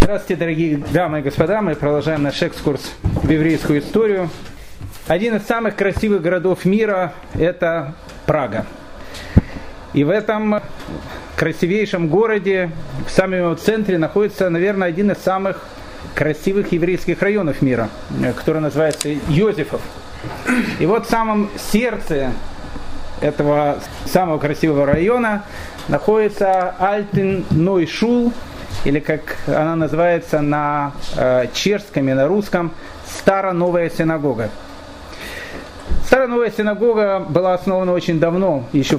Здравствуйте, дорогие дамы и господа. Мы продолжаем наш экскурс в еврейскую историю. Один из самых красивых городов мира – это Прага. И в этом красивейшем городе, в самом его центре, находится, наверное, один из самых красивых еврейских районов мира, который называется Йозефов. И вот в самом сердце этого самого красивого района находится Альтен-Ной-Шул, или как она называется на чешском и на русском, Старо-Новая синагога. Старо-Новая синагога была основана очень давно, еще в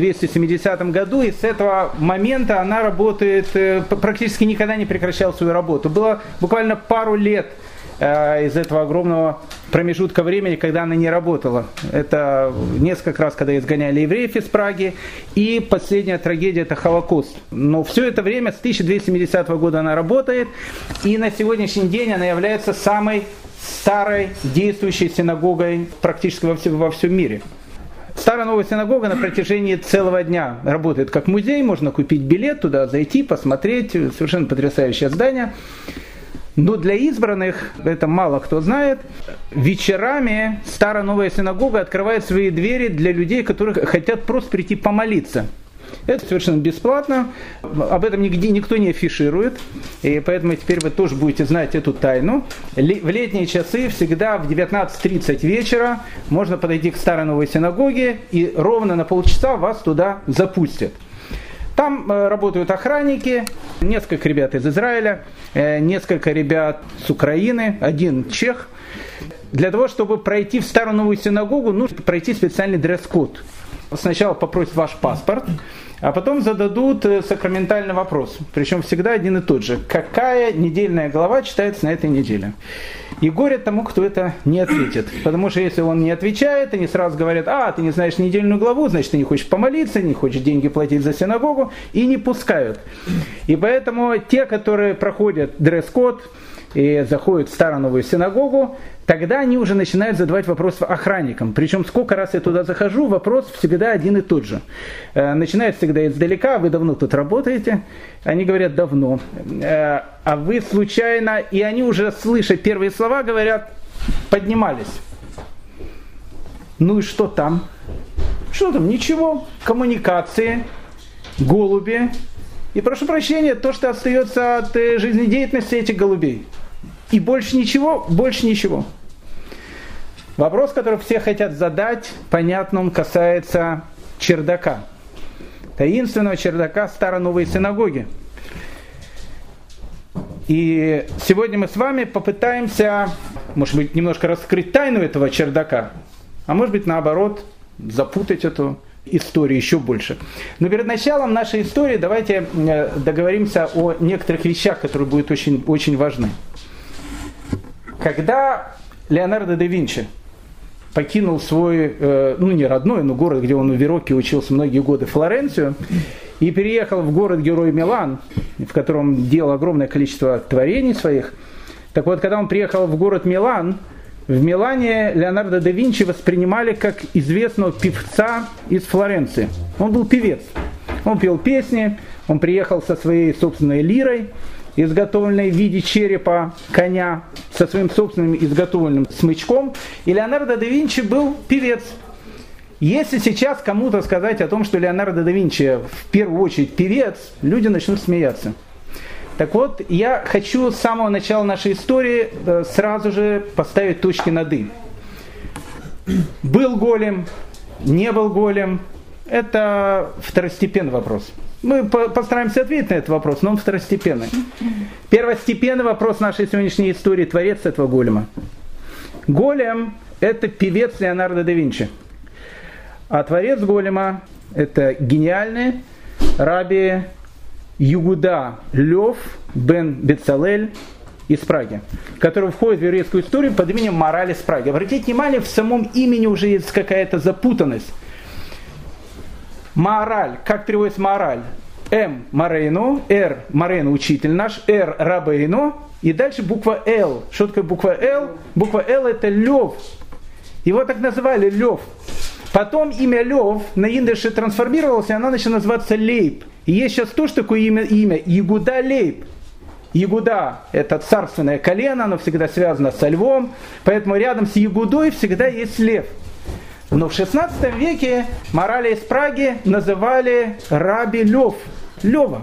1270 году, и с этого момента она работает, практически никогда не прекращала свою работу. Было буквально пару лет из этого огромного промежутка времени, когда она не работала. Это несколько раз, когда изгоняли евреев из Праги, и последняя трагедия – это Холокост. Но все это время, с 1270 года она работает, и на сегодняшний день она является самой старой действующей синагогой практически во всем мире. Старая новая синагога на протяжении целого дня работает как музей, можно купить билет туда, зайти, посмотреть, совершенно потрясающее здание. Но для избранных, это мало кто знает, вечерами Старая Новая синагога открывает свои двери для людей, которые хотят просто прийти помолиться. Это совершенно бесплатно, об этом нигде никто не афиширует, и поэтому теперь вы тоже будете знать эту тайну. В летние часы всегда в 19:30 вечера можно подойти к Старой Новой синагоге, и ровно на полчаса вас туда запустят. Там работают охранники, несколько ребят из Израиля, несколько ребят с Украины, один чех. Для того, чтобы пройти в Старую Новую синагогу, нужно пройти специальный дресс-код. Сначала попросят ваш паспорт, а потом зададут сакраментальный вопрос. Причем всегда один и тот же. Какая недельная глава читается на этой неделе? И горе тому, кто это не ответит. Потому что если он не отвечает, они сразу говорят: ты не знаешь недельную главу, значит, ты не хочешь помолиться, не хочешь деньги платить за синагогу, и не пускают. И поэтому те, которые проходят дресс-код и заходят в Старую Новую синагогу, тогда они уже начинают задавать вопросы охранникам. Причем сколько раз я туда захожу, вопрос всегда один и тот же. Начинают всегда издалека: вы давно тут работаете? Они говорят: давно. А вы случайно, и они уже, слыша первые слова, говорят: поднимались. Ну и что там? Что там? Ничего. Коммуникации, голуби. И, прошу прощения, то, что остается от жизнедеятельности этих голубей. И больше ничего, больше ничего. Вопрос, который все хотят задать, понятно, он касается чердака. Таинственного чердака Старо-Новой синагоги. И сегодня мы с вами попытаемся, может быть, немножко раскрыть тайну этого чердака, а может быть, наоборот, запутать эту историю еще больше. Но перед началом нашей истории давайте договоримся о некоторых вещах, которые будут очень, очень важны. Когда Леонардо да Винчи покинул свой, не родной, но город, где он в Вероке учился многие годы, Флоренцию, и переехал в город-герой Милан, в котором делал огромное количество творений своих, так вот, когда он приехал в город Милан, в Милане Леонардо да Винчи воспринимали как известного певца из Флоренции. Он был певец. Он пел песни, он приехал со своей собственной лирой, изготовленной в виде черепа коня, со своим собственным изготовленным смычком. И Леонардо да Винчи был певец. Если сейчас кому-то сказать о том, что Леонардо да Винчи в первую очередь певец, люди начнут смеяться. Так вот, я хочу с самого начала нашей истории сразу же поставить точки над «и». Был голем, не был голем – это второстепенный вопрос. Мы постараемся ответить на этот вопрос, но он второстепенный. Первостепенный вопрос нашей сегодняшней истории – творец этого голема. Голем – это певец Леонардо да Винчи. А творец голема – это гениальный раби Югуда Лев бен Бецалель из Праги, который входит в еврейскую историю под именем Маораль из Праги. Обратите внимание, в самом имени уже есть какая-то запутанность. Маораль, как переводится Маораль? М Морейно, Р Морейно учитель наш, Р Рабейно, и дальше буква Л. Что такое буква Л? Буква Л это Лев. Его так называли Лев. Потом имя Лев на идыше трансформировалось, и она начала называться Лейб. И есть сейчас тоже такое имя Ягуда Лейб. Ягуда – это царственное колено, оно всегда связано со львом, поэтому рядом с Ягудой всегда есть лев. Но в XVI веке морали из Праги называли раби Лев, Лева.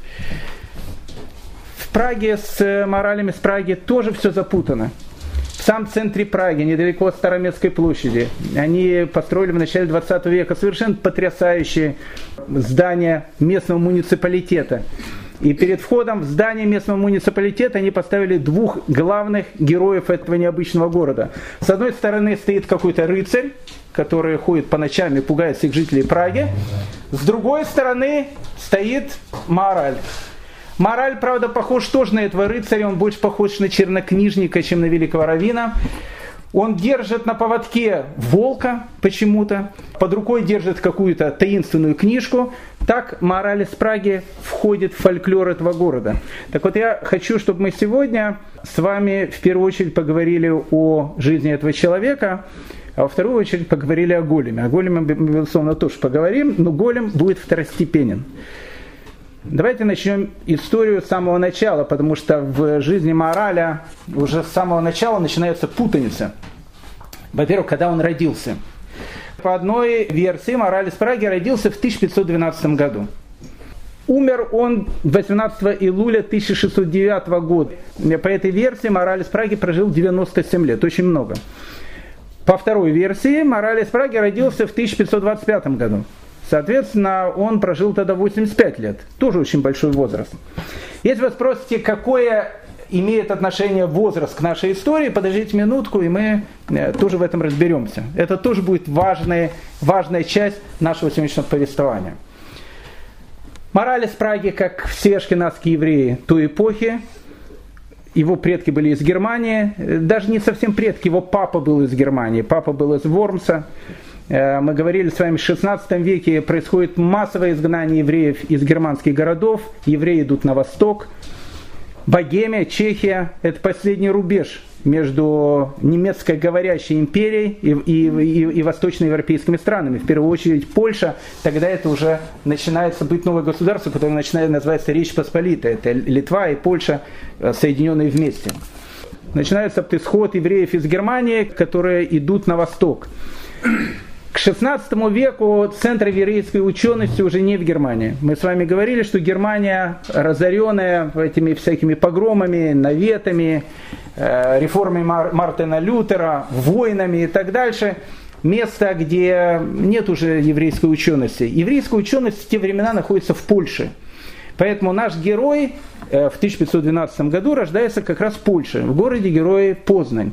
В Праге с моралями из Праги тоже все запутано. В самом центре Праги, недалеко от Староместской площади, они построили в начале 20 века совершенно потрясающие здания местного муниципалитета. И перед входом в здание местного муниципалитета они поставили двух главных героев этого необычного города. С одной стороны стоит какой-то рыцарь, который ходит по ночам и пугает всех жителей Праги. С другой стороны стоит мораль. Мораль, правда, похож тоже на этого рыцаря, он больше похож на чернокнижника, чем на великого раввина. Он держит на поводке волка почему-то, под рукой держит какую-то таинственную книжку. Так мораль из Праги входит в фольклор этого города. Так вот, я хочу, чтобы мы сегодня с вами в первую очередь поговорили о жизни этого человека, а во вторую очередь поговорили о големе. О големе, безусловно, тоже поговорим, но голем будет второстепенен. Давайте начнем историю с самого начала, потому что в жизни мораля уже с самого начала начинается путаница. Во-первых, когда он родился. По одной версии, мораль из Праги родился в 1512 году. Умер он 18 июля 1609 года. По этой версии мораль из Праги прожил 97 лет, очень много. По второй версии, мораль из Праги родился в 1525 году. Соответственно, он прожил тогда 85 лет. Тоже очень большой возраст. Если вы спросите, какое имеет отношение возраст к нашей истории, подождите минутку, и мы тоже в этом разберемся. Это тоже будет важная часть нашего сегодняшнего повествования. Мораль из Праги, как все ашкеназские евреи той эпохи, его предки были из Германии, даже не совсем предки, его папа был из Германии, папа был из Вормса. Мы говорили с вами, в XVI веке происходит массовое изгнание евреев из германских городов, евреи идут на восток. Богемия, Чехия – это последний рубеж между немецкоговорящей империей и восточноевропейскими странами. В первую очередь Польша, тогда это уже начинается быть новое государство, которое начинает называться Речь Посполитая. Это Литва и Польша, соединенные вместе. Начинается исход евреев из Германии, которые идут на восток. К XVI веку центр еврейской учености уже не в Германии. Мы с вами говорили, что Германия, разоренная этими всякими погромами, наветами, реформами Мартина Лютера, войнами и так дальше, место, где нет уже еврейской учености. Еврейская ученость в те времена находится в Польше. Поэтому наш герой в 1512 году рождается как раз в Польше, в городе-герое Познань.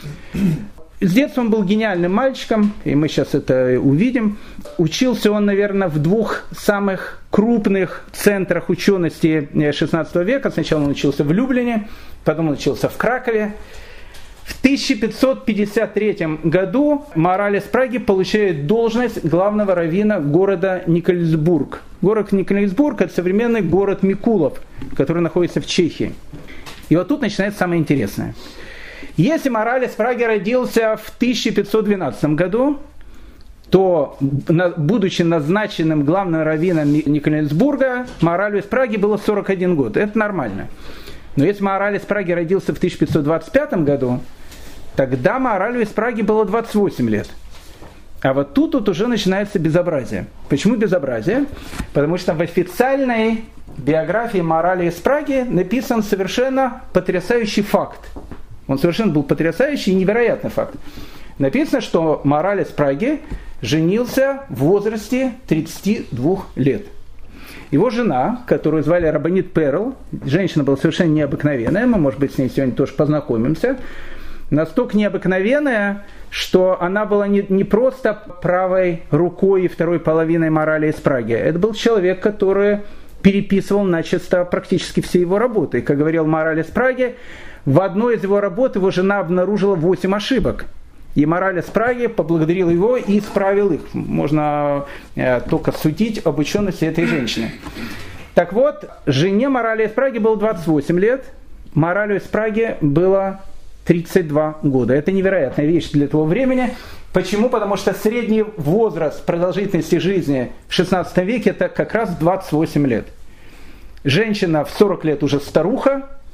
С детства он был гениальным мальчиком, и мы сейчас это увидим. Учился он, наверное, в двух самых крупных центрах учености XVI века. Сначала он учился в Люблине, потом он учился в Кракове. В 1553 году мораль из Праги получает должность главного раввина города Никольсбург. Город Никольсбург – это современный город Микулов, который находится в Чехии. И вот тут начинается самое интересное. Если мораль из Праги родился в 1512 году, то, будучи назначенным главным раввином Никольсбурга, моралю из Праги было 41 год. Это нормально. Но если мораль из Праги родился в 1525 году, тогда моралю из Праги было 28 лет. А вот тут уже начинается безобразие. Почему безобразие? Потому что в официальной биографии морали из Праги написан совершенно потрясающий факт. Он совершенно был потрясающий и невероятный факт. Написано, что мораль из Праги женился в возрасте 32 лет. Его жена, которую звали Рабанит Перл, женщина была совершенно необыкновенная, мы, может быть, с ней сегодня тоже познакомимся, настолько необыкновенная, что она была не просто правой рукой и второй половиной морали из Праги. Это был человек, который переписывал начисто практически все его работы. И, как говорил мораль из Праги, в одной из его работ его жена обнаружила 8 ошибок. И мораль из Праги поблагодарил его и исправил их. Можно только судить об учености этой женщины. Так вот, жене морали из Праги было 28 лет, моралю из Праги было 32 года. Это невероятная вещь для того времени. Почему? Потому что средний возраст продолжительности жизни в XVI веке это как раз 28 лет. Женщина в 40 лет уже старуха,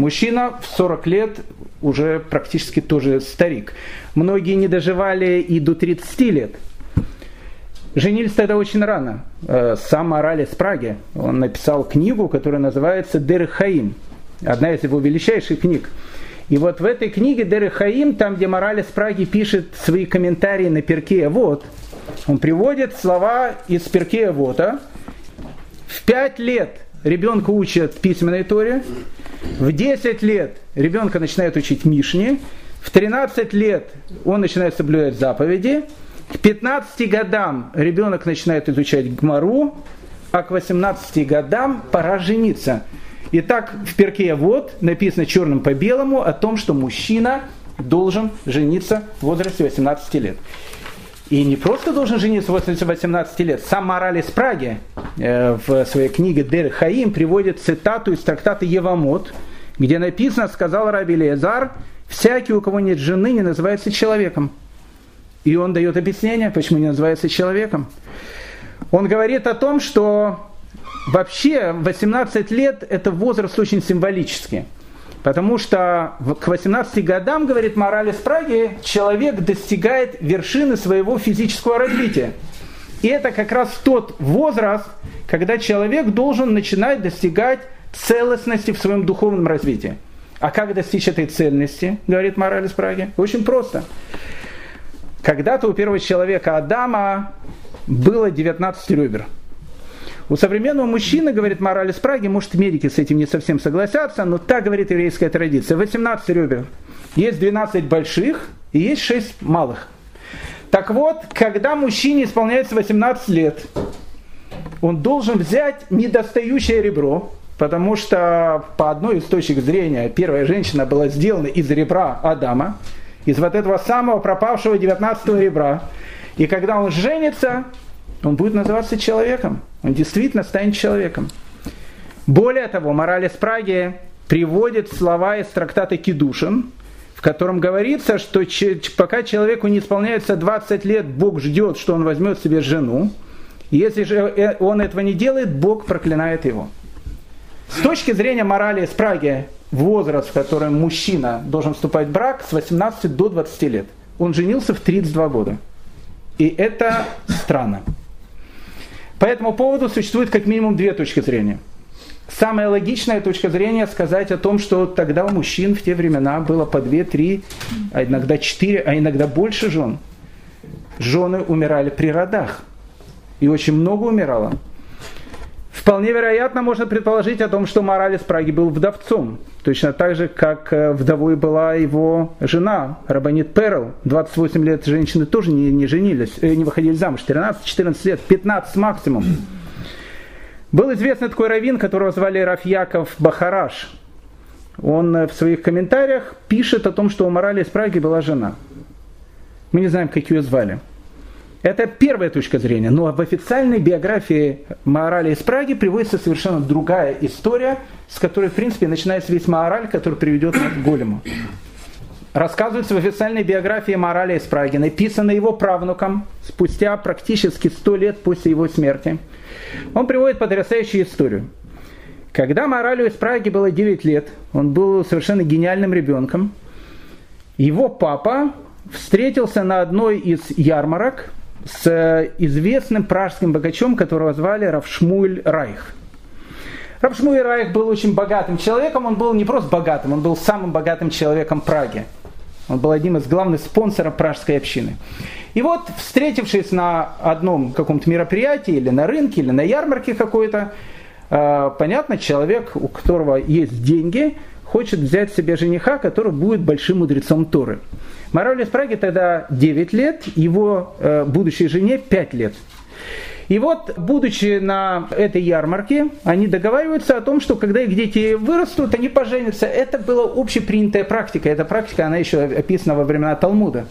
Мужчина в 40 лет уже практически тоже старик. Многие не доживали и до 30 лет. Женились тогда очень рано. Сам Маораль из Праги, он написал книгу, которая называется «Дерех Хаим», одна из его величайших книг. И вот в этой книге «Дерех Хаим», там, где Маораль из Праги пишет свои комментарии на Перкей Авот, он приводит слова из Перкей Авота. В 5 лет ребенка учат письменной Торе, в 10 лет ребенка начинают учить Мишне, в 13 лет он начинает соблюдать заповеди, к 15 годам ребенок начинает изучать Гмару, а к 18 годам пора жениться. Итак, в Перкей Авот написано черным по белому о том, что мужчина должен жениться в возрасте 18 лет. И не просто должен жениться в возрасте 18 лет. Сам Маораль из Праги в своей книге «Дерех Хаим» приводит цитату из трактата Евамот, где написано, сказал раби Элиэзар, всякий, у кого нет жены, не называется человеком. И он дает объяснение, почему не называется человеком. Он говорит о том, что вообще 18 лет это возраст очень символический. Потому что к 18 годам, говорит Маораль из Праги, человек достигает вершины своего физического развития. И это как раз тот возраст, когда человек должен начинать достигать целостности в своем духовном развитии. А как достичь этой цельности, говорит Маораль из Праги? Очень просто. Когда-то у первого человека Адама было 19 ребер. У современного мужчины, говорит Маораль из Праги, может, медики с этим не совсем согласятся, но так говорит еврейская традиция. 18 ребер. Есть 12 больших и есть 6 малых. Так вот, когда мужчине исполняется 18 лет, он должен взять недостающее ребро, потому что по одной из точек зрения первая женщина была сделана из ребра Адама, из вот этого самого пропавшего 19-го ребра. И когда он женится, он будет называться человеком. Он действительно станет человеком. Более того, Маораль из Праги приводит слова из трактата Кидушин, в котором говорится, что пока человеку не исполняется 20 лет, Бог ждет, что он возьмет себе жену. Если же он этого не делает, Бог проклинает его. С точки зрения Маораля из Праги, возраст, в котором мужчина должен вступать в брак, с 18 до 20 лет. Он женился в 32 года. И это странно. По этому поводу существует как минимум две точки зрения. Самая логичная точка зрения сказать о том, что тогда у мужчин в те времена было по 2, 3, а иногда 4, а иногда больше жен. Жены умирали при родах. И очень много умирало. Вполне вероятно, можно предположить о том, что Маораль из Праги был вдовцом. Точно так же, как вдовой была его жена, Рабанит Перл. 28 лет женщины тоже не женились, не выходили замуж. 13-14 лет, 15 максимум. Был известный такой раввин, которого звали Рав Яков Бахараш. Он в своих комментариях пишет о том, что у Маораля из Праги была жена. Мы не знаем, как ее звали. Это первая точка зрения. Но в официальной биографии Маораля из Праги приводится совершенно другая история, с которой, в принципе, начинается весь Маораль, который приведет нас к Голему. Рассказывается в официальной биографии Маораля из Праги, написанной его правнуком спустя практически 100 лет после его смерти. Он приводит потрясающую историю. Когда Маоралю из Праги было 9 лет, он был совершенно гениальным ребенком, его папа встретился на одной из ярмарок с известным пражским богачом, которого звали Рав Шмуэль Райх. Рав Шмуэль Райх был очень богатым человеком, он был не просто богатым, он был самым богатым человеком Праги. Он был одним из главных спонсоров пражской общины. И вот, встретившись на одном каком-то мероприятии, или на рынке, или на ярмарке какой-то, понятно, человек, у которого есть деньги, хочет взять себе жениха, который будет большим мудрецом Торы. Маоралю из Праги тогда 9 лет, его будущей жене 5 лет. И вот, будучи на этой ярмарке, они договариваются о том, что когда их дети вырастут, они поженятся. Это была общепринятая практика. Эта практика, она еще описана во времена Талмуда.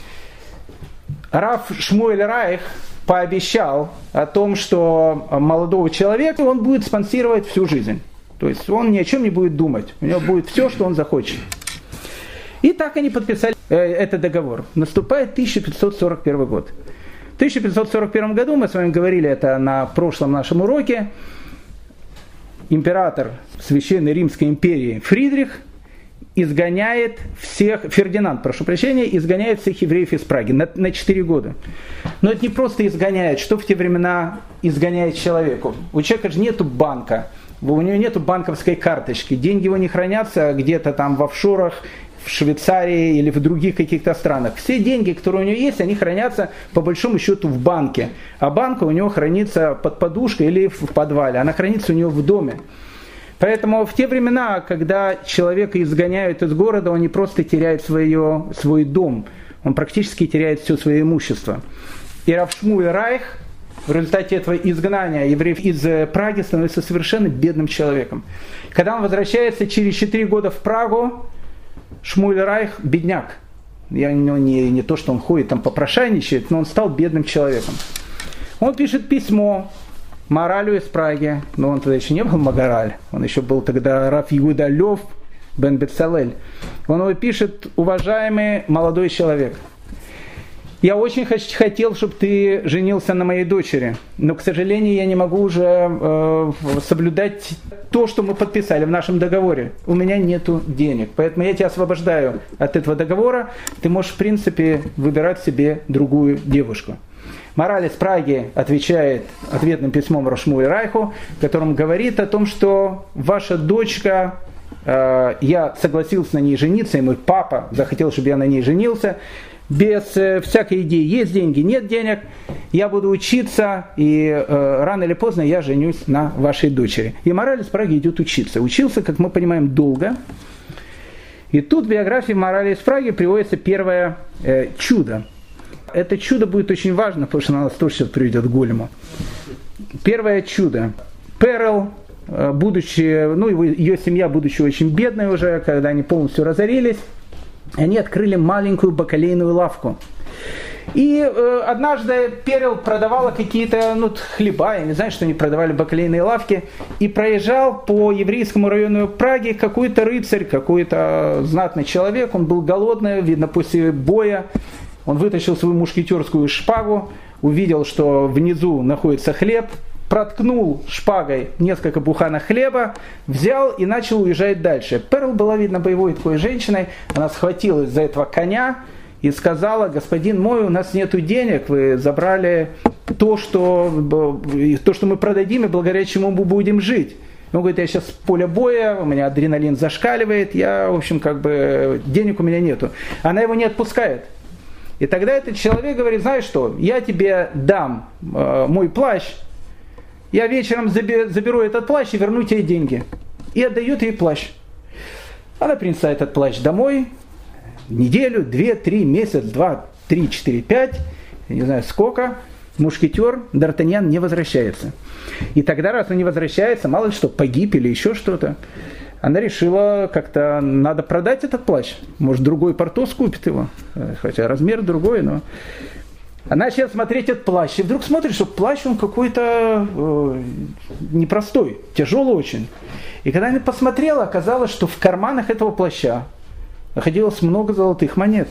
Рав Шмуэль Райх пообещал о том, что молодого человека он будет спонсировать всю жизнь. То есть он ни о чем не будет думать. У него будет все, что он захочет. И так они подписали этот договор. Наступает 1541 год. В 1541 году, мы с вами говорили это на прошлом нашем уроке, император Священной Римской империи Фридрих изгоняет всех, Фердинанд, прошу прощения, изгоняет всех евреев из Праги на 4 года. Но это не просто изгоняет. Что в те времена изгоняет человеку? У человека же нету банка, у него нету банковской карточки, деньги его не хранятся где-то там в офшорах, в Швейцарии или в других каких-то странах. Все деньги, которые у него есть, они хранятся по большому счету в банке. А банка у него хранится под подушкой или в подвале. Она хранится у него в доме. Поэтому в те времена, когда человека изгоняют из города, он не просто теряет свой дом, он практически теряет все свое имущество. И Рав Шмуэль Райх в результате этого изгнания евреев из Праги становится совершенно бедным человеком. Когда он возвращается через 4 года в Прагу, Шмуэль Райх бедняк. Не то, что он ходит там попрошайничает, но он стал бедным человеком. Он пишет письмо Моралю из Праги, но он тогда еще не был Магараль, он еще был тогда Рав Иуда Лев бен Бецалель. Он его пишет: уважаемый молодой человек, я очень хотел, чтобы ты женился на моей дочери, но, к сожалению, я не могу уже соблюдать то, что мы подписали в нашем договоре. У меня нету денег, поэтому я тебя освобождаю от этого договора. Ты можешь, в принципе, выбирать себе другую девушку. Мораль из Праги отвечает ответным письмом Рав Шмуэль Райху, в котором говорит о том, что ваша дочка, я согласился на ней жениться, и мой папа захотел, чтобы я на ней женился, без всякой идеи, есть деньги, нет денег, я буду учиться, и рано или поздно я женюсь на вашей дочери. И Мораль из Праги идет учиться. Учился, как мы понимаем, долго. И тут в биографии Мораля из Праги приводится первое чудо. Это чудо будет очень важно, потому что она нас тоже сейчас приведет к голему. Первое чудо. Перл, будучи, ее семья, будучи очень бедной уже, когда они полностью разорились, они открыли маленькую бакалейную лавку. И однажды Перл продавала какие-то хлеба, я не знаю, что они продавали в бакалейной лавке, и проезжал по еврейскому району Праги какой-то рыцарь, какой-то знатный человек, он был голодный, видно, после боя. Он вытащил свою мушкетерскую шпагу, увидел, что внизу находится хлеб, проткнул шпагой несколько буханок хлеба, взял и начал уезжать дальше. Перл была, видно, боевой такой женщиной, она схватилась за этого коня и сказала: господин мой, у нас нету денег, вы забрали то, что мы продадим, и благодаря чему мы будем жить. Он говорит: я сейчас с поля боя, у меня адреналин зашкаливает, денег у меня нету. Она его не отпускает. И тогда этот человек говорит: знаешь что, я тебе дам мой плащ, я вечером заберу этот плащ и верну тебе деньги. И отдает ей плащ. Она принесла этот плащ домой, неделю, 2, 3, месяц, 2, 3, 4, 5, я не знаю сколько, мушкетер Д'Артаньян не возвращается. И тогда, раз он не возвращается, мало ли что, погиб или еще что-то, она решила, как-то надо продать этот плащ. Может, другой Портос купит его. Хотя размер другой, но... Она начала смотреть этот плащ. И вдруг смотрит, что плащ он какой-то непростой, тяжелый очень. И когда она посмотрела, оказалось, что в карманах этого плаща находилось много золотых монет.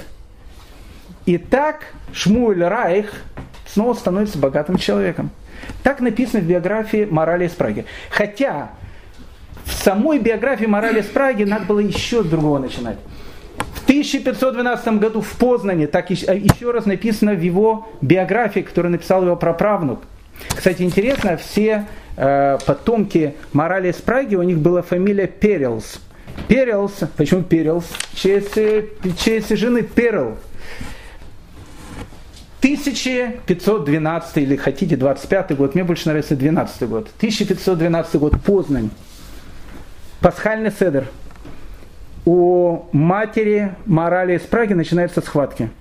И так Шмуэль Райх снова становится богатым человеком. Так написано в биографии Мораля из Праги. Хотя... в самой биографии Мораля из Праги надо было еще с другого начинать. В 1512 году в Познане, так еще раз написано в его биографии, которую написал его праправнук. Кстати, интересно, все потомки Мораля из Праги, у них была фамилия Перелс. Перелс, почему Перелс? В честь жены Перл. 1512 или хотите 25 год, мне больше нравится 12 год. 1512 год, Познань. Пасхальный седер. У матери Мораля из Праги начинаются схватки.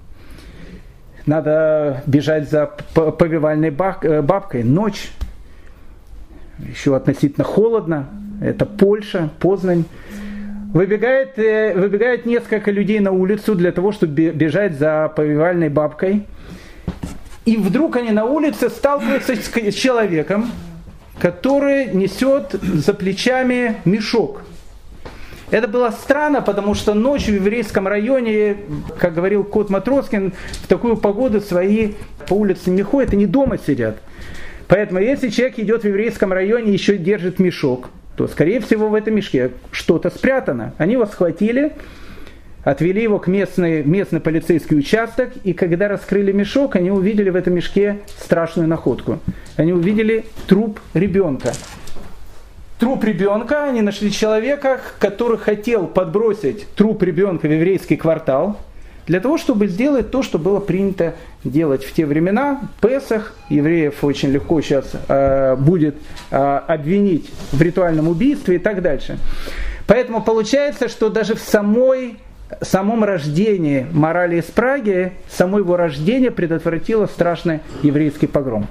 Надо бежать за повивальной бабкой. Ночь. Еще относительно холодно. Это Польша, Познань. Выбегает несколько людей на улицу для того, чтобы бежать за повивальной бабкой. И вдруг они на улице сталкиваются с человеком, который несет за плечами мешок. Это было странно, потому что ночью в еврейском районе, как говорил Кот Матроскин, в такую погоду свои по улице не ходят, они дома сидят. Поэтому если человек идет в еврейском районе и еще держит мешок, то, скорее всего, в этом мешке что-то спрятано. Они его схватили, отвели его к местный полицейский участок, и когда раскрыли мешок, они увидели в этом мешке страшную находку. Они увидели труп ребенка. Труп ребенка, они нашли человека, который хотел подбросить труп ребенка в еврейский квартал, для того, чтобы сделать то, что было принято делать в те времена. Песах евреев очень легко сейчас будет обвинить в ритуальном убийстве и так дальше. Поэтому получается, что даже в самом рождении морали из Праги, само его рождение предотвратило страшный еврейский погром.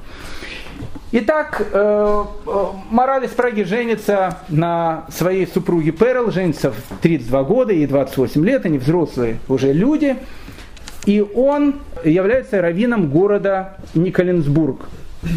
Итак, мораль из Праги женится на своей супруге Перл, женится в 32 года, ей 28 лет, они взрослые уже люди. И он является раввином города Николинсбург.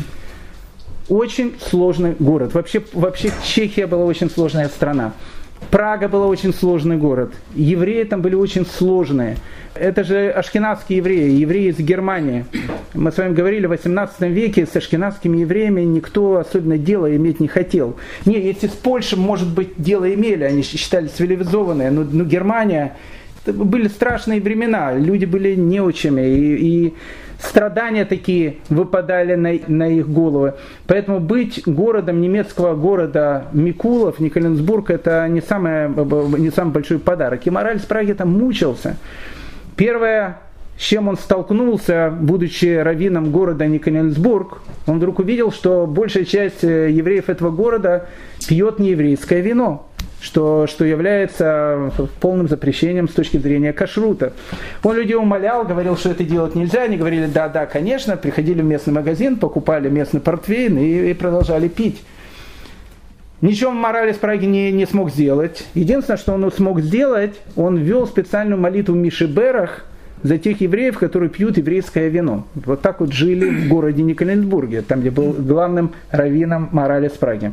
Очень сложный город. Вообще Чехия была очень сложная страна. Прага была очень сложный город. Евреи там были очень сложные. Это же ашкеназские евреи из Германии. Мы с вами говорили, в 18 веке с ашкеназскими евреями никто особенно дела иметь не хотел. Не, если с Польшей, может быть, дело имели, они считались цивилизованные, но Германия, это были страшные времена, люди были неучими, и страдания такие выпадали на их головы. Поэтому быть городом немецкого города Микулов, Николинсбург, это не самый большой подарок. И мораль из Праги там мучился. Первое, с чем он столкнулся, будучи раввином города Николинсбург, он вдруг увидел, что большая часть евреев этого города пьет нееврейское вино, что является полным запрещением с точки зрения кашрута. Он людей умолял, говорил, что это делать нельзя. Они говорили, да, конечно, приходили в местный магазин, покупали местный портвейн и продолжали пить. Ничего мораль из Праги не смог сделать. Единственное, что он смог сделать, он ввел специальную молитву Мишеберах за тех евреев, которые пьют еврейское вино. Вот так вот жили в городе Николинсбурге, там, где был главным раввином морали из Праги.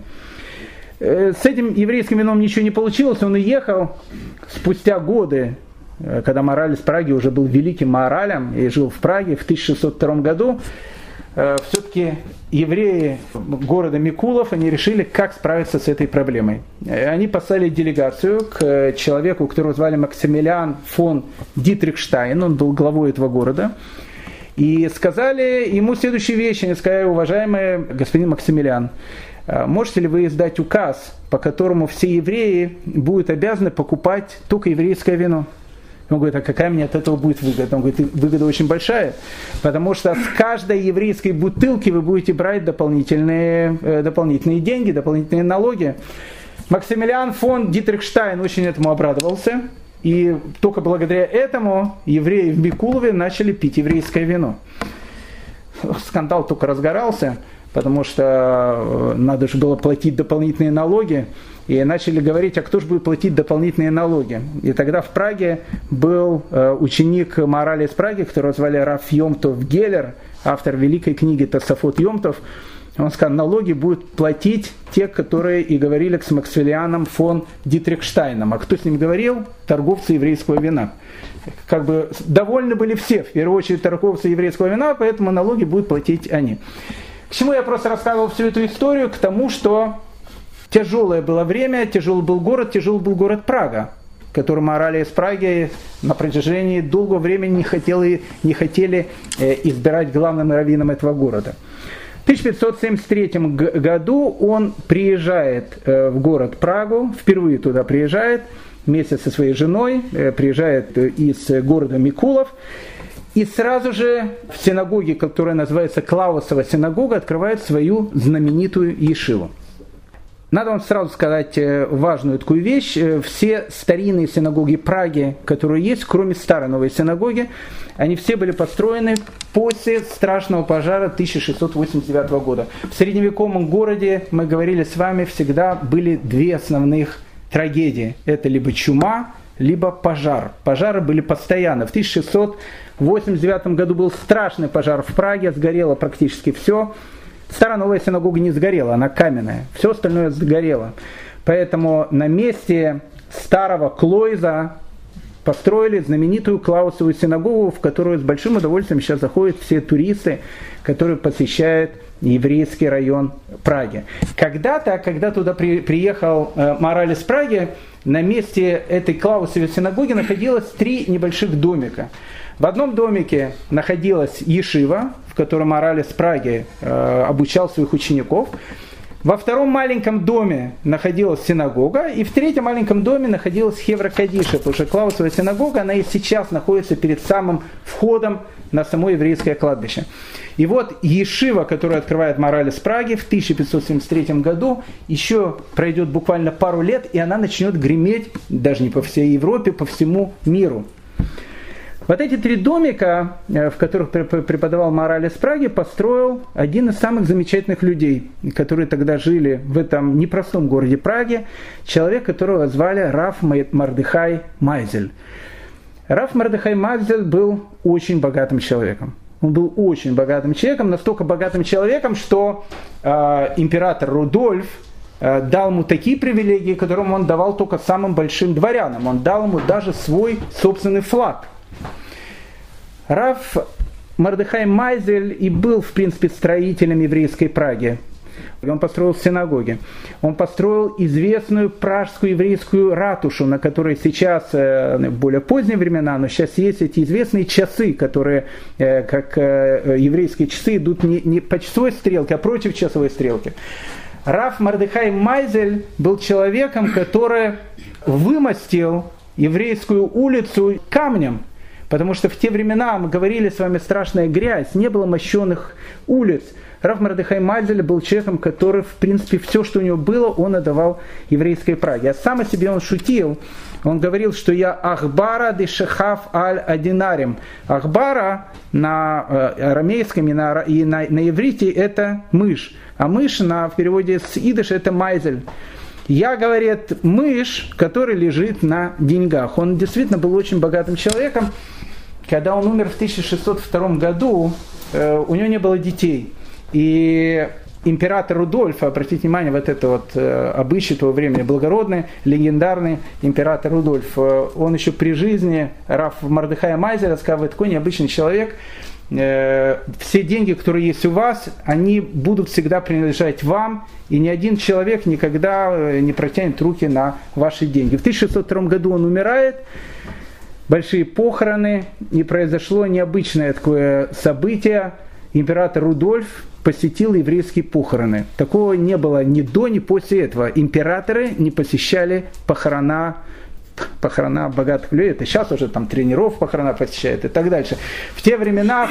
С этим еврейским вином ничего не получилось, он уехал спустя годы, когда мораль из Праги уже был великим моралем и жил в Праге в 1602 году. Все-таки евреи города Микулов, они решили, как справиться с этой проблемой. Они послали делегацию к человеку, которого звали Максимилиан фон Дитрихштайн, он был главой этого города, и сказали ему следующие вещи. Они сказали: уважаемый господин Максимилиан, можете ли вы издать указ, по которому все евреи будут обязаны покупать только еврейское вино? Он говорит: а какая мне от этого будет выгода? Он говорит: выгода очень большая, потому что с каждой еврейской бутылки вы будете брать дополнительные деньги, дополнительные налоги. Максимилиан фон Дитрихштайн очень этому обрадовался, и только благодаря этому евреи в Микулове начали пить еврейское вино. Скандал только разгорался, потому что надо же было платить дополнительные налоги. И начали говорить, а кто же будет платить дополнительные налоги? И тогда в Праге был ученик морали из Праги, которого звали Раф Йомтов Геллер, автор великой книги Тосафот Йомтов. Он сказал: налоги будут платить те, которые и говорили с Максимилианом фон Дитрихштайном. А кто с ним говорил? Торговцы еврейского вина. Как бы довольны были все, в первую очередь торговцы еврейского вина, поэтому налоги будут платить они. К чему я просто рассказывал всю эту историю? К тому, что тяжелое было время, тяжелый был город Прага, который морали из Праги на протяжении долгого времени не хотели избирать главным раввином этого города. В 1573 году он приезжает в город Прагу, впервые туда приезжает, вместе со своей женой, приезжает из города Микулов, и сразу же в синагоге, которая называется Клаусова синагога, открывает свою знаменитую ешиву. Надо вам сразу сказать важную такую вещь. Все старинные синагоги Праги, которые есть, кроме старой новой синагоги, они все были построены после страшного пожара 1689 года. В средневековом городе, мы говорили с вами, всегда были две основных трагедии. Это либо чума, либо пожар. Пожары были постоянно. В 1689 году был страшный пожар в Праге, сгорело практически все. Старая новая синагога не сгорела, она каменная. Все остальное сгорело. Поэтому на месте старого Клойза построили знаменитую Клаусову синагогу, в которую с большим удовольствием сейчас заходят все туристы, которые посещают еврейский район Праги. Когда-то, когда туда приехал Маораль из Праги, на месте этой Клаусовой синагоги находилось 3 небольших домика. В одном домике находилась ешива, в которой Маораль из Праги обучал своих учеников. Во втором маленьком доме находилась синагога, и в третьем маленьком доме находилась Хевра Кадиша, потому что Клаусова синагога, она и сейчас находится перед самым входом на само еврейское кладбище. И вот ешива, которую открывает Маораль из Праги в 1573 году, еще пройдет буквально пару лет, и она начнет греметь даже не по всей Европе, по всему миру. Вот эти 3 домика, в которых преподавал Маораль из Праги, построил один из самых замечательных людей, которые тогда жили в этом непростом городе Праге, человек, которого звали Рав Мордехай Майзель. Рав Мордехай Майзель был очень богатым человеком. Он был очень богатым человеком, настолько богатым человеком, что император Рудольф дал ему такие привилегии, которым он давал только самым большим дворянам. Он дал ему даже свой собственный флаг. Рав Мордехай Майзель и был, в принципе, строителем еврейской Праги. Он построил синагоги. Он построил известную пражскую еврейскую ратушу, на которой сейчас, в более поздние времена, но сейчас есть эти известные часы, которые, как еврейские часы, идут не по часовой стрелке, а против часовой стрелки. Рав Мордехай Майзель был человеком, который вымостил еврейскую улицу камнем. Потому что в те времена, мы говорили с вами, страшная грязь, не было мощенных улиц. Рав Мордехай Майзель был человеком, который, в принципе, все, что у него было, он отдавал еврейской Праге. А сам о себе он шутил. Он говорил, что я Ахбара де Шехав аль Адинарим. Ахбара на арамейском и на иврите это мышь. А мышь в переводе с идыша это Майзель. Я, говорит, мышь, который лежит на деньгах. Он действительно был очень богатым человеком. Когда он умер в 1602 году, у него не было детей. И император Рудольф, обратите внимание, вот это вот обычай того времени, благородный, легендарный император Рудольф, он еще при жизни, Рав Мордехая Майзеля, сказал, вы такой необычный человек, все деньги, которые есть у вас, они будут всегда принадлежать вам, и ни один человек никогда не протянет руки на ваши деньги. В 1602 году он умирает, большие похороны, и произошло необычное такое событие. Император Рудольф посетил еврейские похороны. Такого не было ни до, ни после этого. Императоры не посещали похорона богатых людей. Это сейчас уже там тренеров похорона посещает и так дальше. В те времена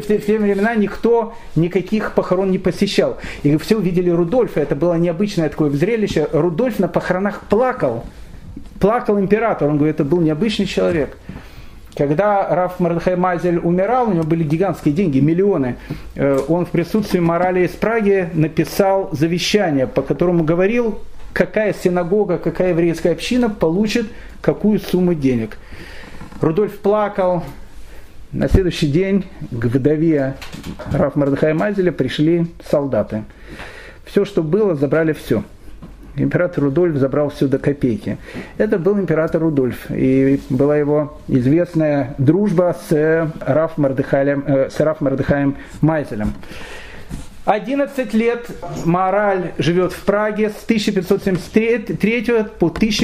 никто никаких похорон не посещал. И все увидели Рудольфа. Это было необычное такое зрелище. Рудольф на похоронах плакал. Плакал император. Он говорит, это был необычный человек. Когда Рав Мордехай Майзель умирал, у него были гигантские деньги, миллионы. Он в присутствии Маораля из Праги написал завещание, по которому говорил, какая синагога, какая еврейская община получит какую сумму денег. Рудольф плакал. На следующий день к вдове Рав Мордехая Майзеля пришли солдаты. Все, что было, забрали все. Император Рудольф забрал все до копейки. Это был император Рудольф. И была его известная дружба с Рав Мордехаем Майзелем. 11 лет Маораль живет в Праге с 1573 по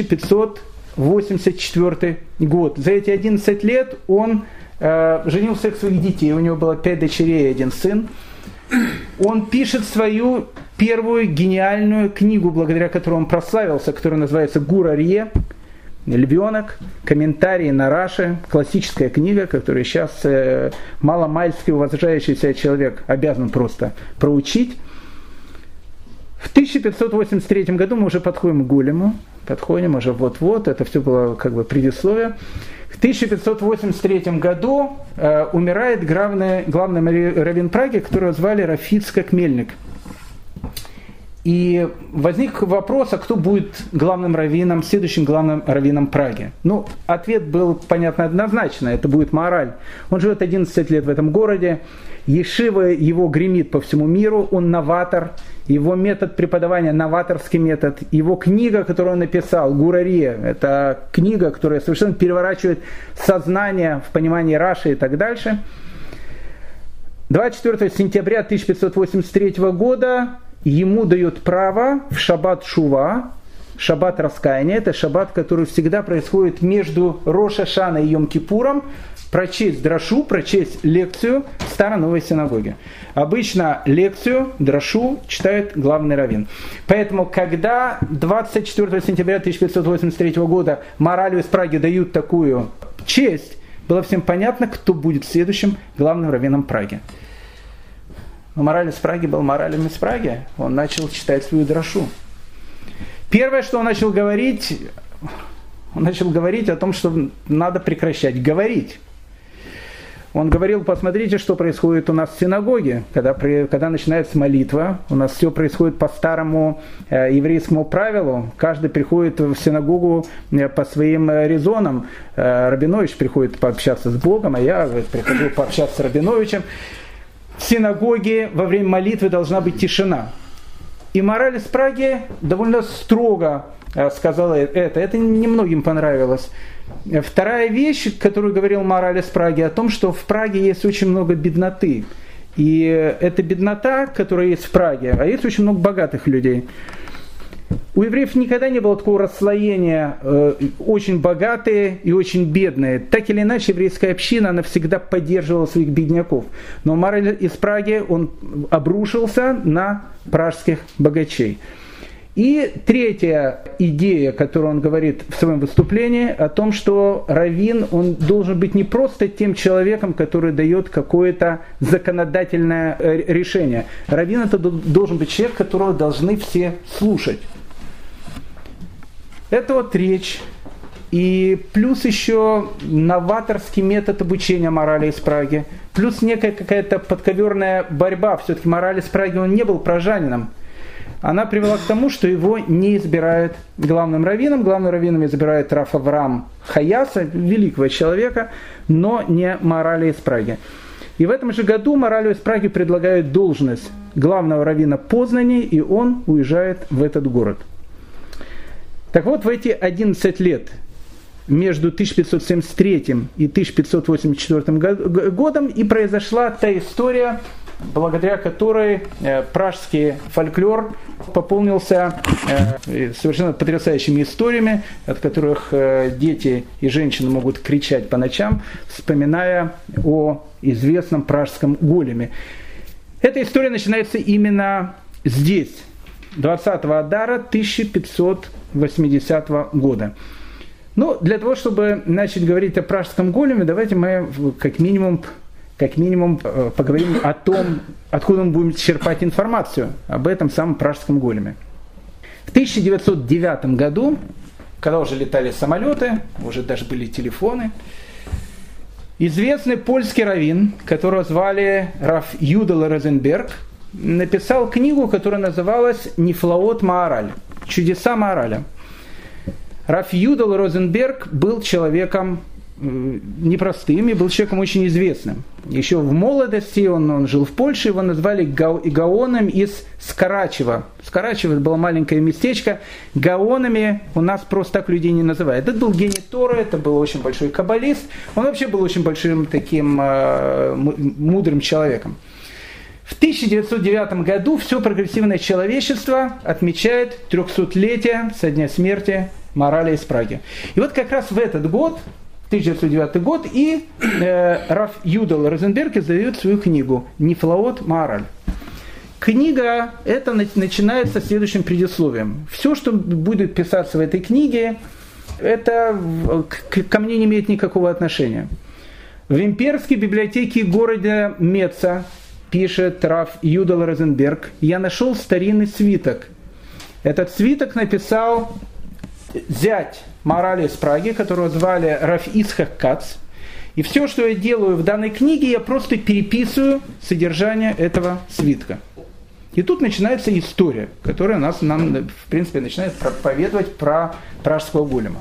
1584 год. За эти 11 лет он женил всех своих детей. У него было 5 дочерей и 1 сын. Он пишет свою первую гениальную книгу, благодаря которой он прославился, которая называется «Гур Арье», «Львенок», комментарии на Раши, классическая книга, которую сейчас маломальски уважающийся человек обязан просто проучить. В 1583 году мы уже подходим к Гулему, подходим уже вот-вот, это все было как бы предисловие. В 1583 году умирает главный раввин Праги, которого звали Рав Ицхак Мельник. И возник вопрос, а кто будет главным раввином, следующим главным раввином Праги? Ну, ответ был, понятно, однозначно, это будет Маораль. Он живет 11 лет в этом городе, ешива его гремит по всему миру, он новатор, его метод преподавания новаторский метод, его книга, которую он написал, «Гур Арье», это книга, которая совершенно переворачивает сознание в понимании Раши и так дальше. 24 сентября 1583 года ему дает право в шаббат Шува, шаббат раскаяния, это шаббат, который всегда происходит между Рош ха-Шаной и Йом-Кипуром, прочесть драшу, прочесть лекцию в Старой Новой Синагоге. Обычно лекцию, драшу читает главный раввин. Поэтому, когда 24 сентября 1583 года Маоралю из Праги дают такую честь, было всем понятно, кто будет следующим главным раввином Праги. Но Маораль из Праги был Маоралем из Праги. Он начал читать свою драшу. Первое, что он начал говорить о том, что надо прекращать говорить. Он говорил, посмотрите, что происходит у нас в синагоге, когда начинается молитва. У нас все происходит по старому еврейскому правилу. Каждый приходит в синагогу по своим резонам. Рабинович приходит пообщаться с Богом, а я прихожу пообщаться с Рабиновичем. В синагоге во время молитвы должна быть тишина. И Маораль из Праги довольно строго сказал это. Это немногим понравилось. Вторая вещь, которую говорил Маораль из Праги, о том, что в Праге есть очень много бедноты. И эта беднота, которая есть в Праге, а есть очень много богатых людей. У евреев никогда не было такого расслоения очень богатые и очень бедные. Так или иначе, еврейская община, она всегда поддерживала своих бедняков. Но Маораль из Праги, он обрушился на пражских богачей. И третья идея, которую он говорит в своем выступлении, о том, что раввин, он должен быть не просто тем человеком, который дает какое-то законодательное решение. Раввин это должен быть человек, которого должны все слушать. Это вот речь. И плюс еще новаторский метод обучения Маораля из Праги. Плюс некая какая-то подковерная борьба. Все-таки Маораль из Праги, он не был пражанином. Она привела к тому, что его не избирают главным раввином. Главным раввином избирают Рав Авраам Хаяса, великого человека, но не Маораля из Праги. И в этом же году Маоралю из Праги предлагают должность главного раввина Познани, и он уезжает в этот город. Так вот, в эти 11 лет между 1573 и 1584 годом и произошла та история, благодаря которой пражский фольклор пополнился совершенно потрясающими историями, от которых дети и женщины могут кричать по ночам, вспоминая о известном пражском големе. Эта история начинается именно здесь, 20-го Адара 1580 года. Ну, для того, чтобы начать говорить о пражском големе, давайте мы как минимум поговорим о том, откуда мы будем черпать информацию об этом самом пражском големе. В 1909 году, когда уже летали самолеты, уже даже были телефоны, известный польский раввин, которого звали Рав Юдал Розенберг, написал книгу, которая называлась «Нифлаот Маораль» – «Чудеса Маораля». Рав Юдал Розенберг был человеком непростым и был человеком очень известным. Еще в молодости он жил в Польше, его назвали Гаоном из Скарачева. Скарачево было маленькое местечко. Гаонами у нас просто так людей не называют. Это был гений Торы, это был очень большой каббалист. Он вообще был очень большим таким мудрым человеком. В 1909 году все прогрессивное человечество отмечает 300-летие со дня смерти Маораля из Праги. И вот как раз в этот год, 1909 год, и Рав Юдал Розенберг издает свою книгу «Нифлаот Маораль». Книга эта начинается следующим предисловием. Все, что будет писаться в этой книге, это ко мне не имеет никакого отношения. В имперской библиотеке города Меца, пишет Рав Юдал Розенберг, я нашел старинный свиток. Этот свиток написал зять Маораля из Праги, которого звали Рав Ицхак Кац. И все, что я делаю в данной книге, я просто переписываю содержание этого свитка. И тут начинается история, которая нам, в принципе, начинает проповедовать про пражского голема.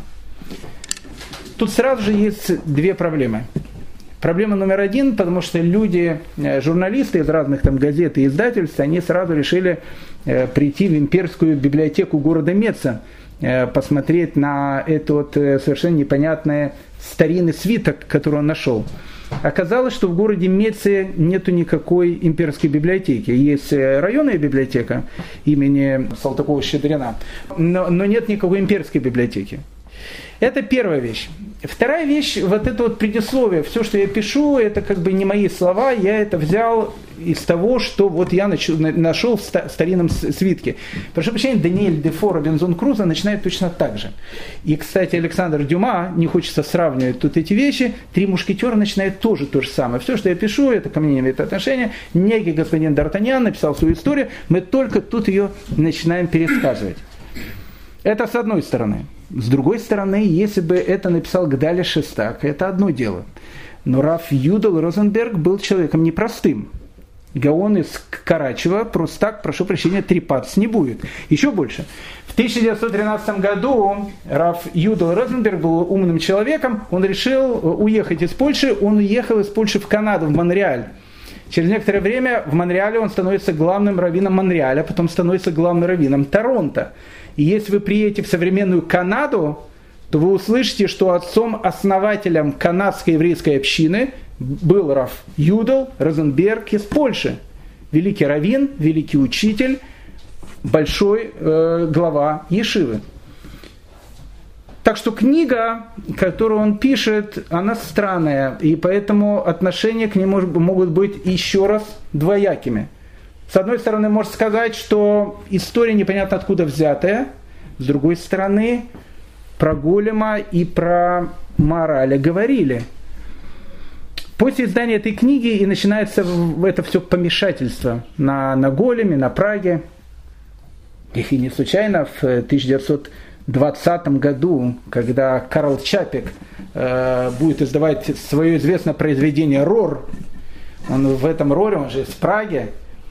Тут сразу же есть две проблемы. Проблема номер один, потому что люди, журналисты из разных там газет и издательств, они сразу решили прийти в имперскую библиотеку города Меца, посмотреть на этот совершенно непонятный старинный свиток, который он нашел. Оказалось, что в городе Меце нету никакой имперской библиотеки. Есть районная библиотека имени Салтыкова-Щедрина, но нет никакой имперской библиотеки. Это первая вещь. Вторая вещь, вот это вот предисловие. Все, что я пишу, это как бы не мои слова, я это взял из того, что вот я нашел в старинном свитке. Прошу прощения, Даниэль Дефо, Робинзон Крузо начинает точно так же. И, кстати, Александр Дюма, не хочется сравнивать тут эти вещи, «Три мушкетера» начинает тоже то же самое. Все, что я пишу, это ко мне не имеет отношения. Некий господин Д'Артаньян написал свою историю, мы только тут ее начинаем пересказывать. Это с одной стороны. С другой стороны, если бы это написал Гдаля Шестак, это одно дело. Но Рав Юдал Розенберг был человеком непростым. Гаон из Карачева просто так, прошу прощения, трепаться не будет. Еще больше. В 1913 году Рав Юдал Розенберг был умным человеком, он решил уехать из Польши, он уехал из Польши в Канаду, в Монреаль. Через некоторое время в Монреале он становится главным раввином Монреаля, потом становится главным раввином Торонто. И если вы приедете в современную Канаду, то вы услышите, что отцом-основателем канадской еврейской общины был Рав Юдал Розенберг из Польши. Великий раввин, великий учитель, большой глава ешивы. Так что книга, которую он пишет, она странная, и поэтому отношения к ней могут быть еще раз двоякими. С одной стороны, можно сказать, что история непонятно откуда взятая. С другой стороны, про Голема и про Маораля говорили. После издания этой книги и начинается это все помешательство на Големе, на Праге. И не случайно в 1920 году, когда Карл Чапек будет издавать свое известное произведение «Рор», он в этом «Роре», он же из Праги,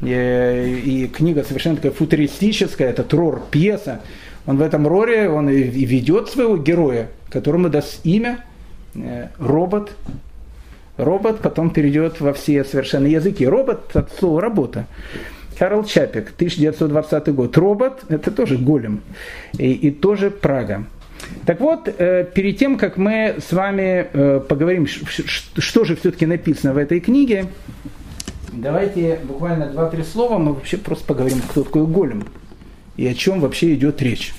и книга совершенно такая футуристическая, это «Рор», пьеса. Он в этом «Роре» он и ведет своего героя, которому даст имя робот. Робот потом перейдет во все совершенно языки. Робот от слова «работа». Карл Чапек, 1920 год. Робот – это тоже Голем. И тоже Прага. Так вот, перед тем, как мы с вами поговорим, что же все-таки написано в этой книге, давайте буквально 2-3 слова, мы вообще просто поговорим, кто такой Голем и о чем вообще идет речь.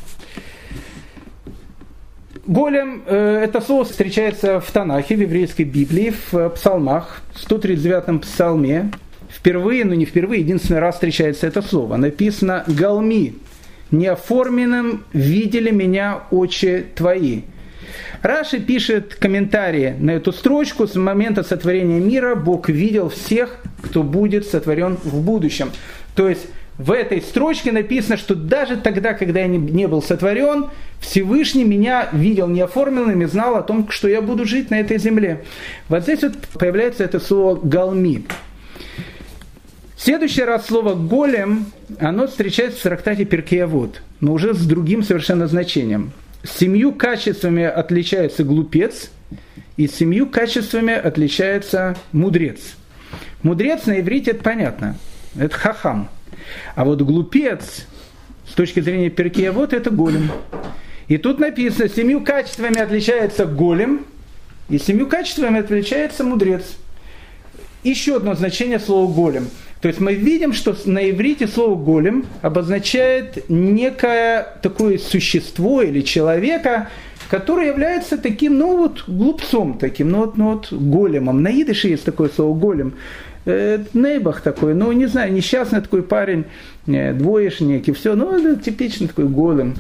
Голем, это слово встречается в Танахе, в еврейской Библии, в псалмах, в 139-м псалме. Впервые, но не впервые, единственный раз встречается это слово. Написано «Галми, неоформенным видели меня очи твои». Раши пишет комментарии на эту строчку: с момента сотворения мира Бог видел всех, кто будет сотворен в будущем. То есть в этой строчке написано, что даже тогда, когда я не был сотворен, Всевышний меня видел неоформленным и знал о том, что я буду жить на этой земле. Вот здесь вот появляется это слово «галми». В следующий раз слово «голем», оно встречается в трактате Перкей Авот, но уже с другим совершенно значением. 7 качествами отличается глупец, и 7 качествами отличается мудрец. Мудрец на иврите это понятно, это хахам. А вот глупец, с точки зрения Перкей Авот, это голем. И тут написано, 7 качествами отличается голем, и 7 качествами отличается мудрец. Еще одно значение слова голем. То есть мы видим, что на иврите слово голем обозначает некое такое существо или человека, который является таким, глупцом таким, големом. На идыше есть такое слово голем. Нейбах такой, не знаю, несчастный такой парень, двоечник и все, это типичный такой голем.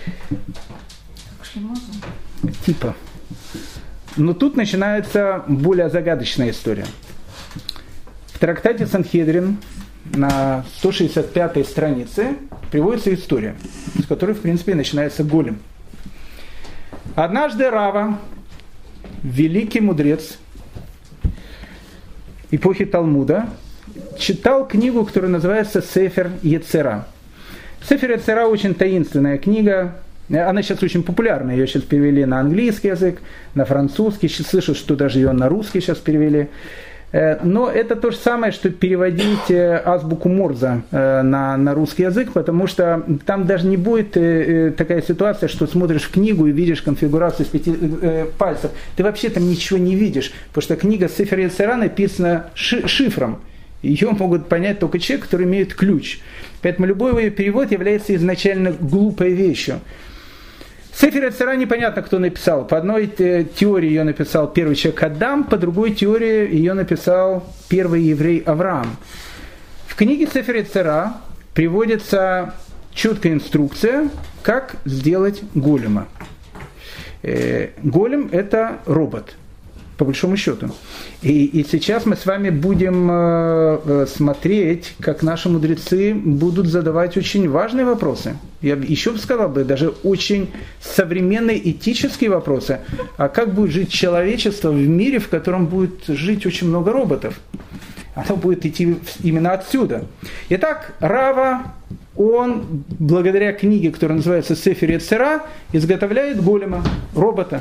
Типа. Но тут начинается более загадочная история. В трактате Санхедрин на 165-й странице приводится история, с которой, в принципе, начинается голем. Однажды Рава, великий мудрец эпохи Талмуда, читал книгу, которая называется «Сефер Ецера». «Сефер Ецера» очень таинственная книга, она сейчас очень популярна, ее сейчас перевели на английский язык, на французский, сейчас слышу, что даже ее на русский сейчас перевели. Но это то же самое, что переводить азбуку Морзе на русский язык, потому что там даже не будет такая ситуация, что смотришь в книгу и видишь конфигурацию с 5 пальцев. Ты вообще там ничего не видишь, потому что книга Сефер Йецер Ара написана шифром. Ее могут понять только человек, который имеет ключ. Поэтому любой ее перевод является изначально глупой вещью. Сефер Йецер Ара непонятно, кто написал. По одной теории ее написал первый человек Адам, по другой теории ее написал первый еврей Авраам. В книге Сефер Йецер Ара приводится четкая инструкция, как сделать голема. Голем – это робот, по большому счету. И сейчас мы с вами будем смотреть, как наши мудрецы будут задавать очень важные вопросы. Я еще бы сказал, даже очень современные этические вопросы. А как будет жить человечество в мире, в котором будет жить очень много роботов? Оно будет идти именно отсюда. Итак, Рава, он, благодаря книге, которая называется Сефер Йецер Ара, изготовляет голема, робота.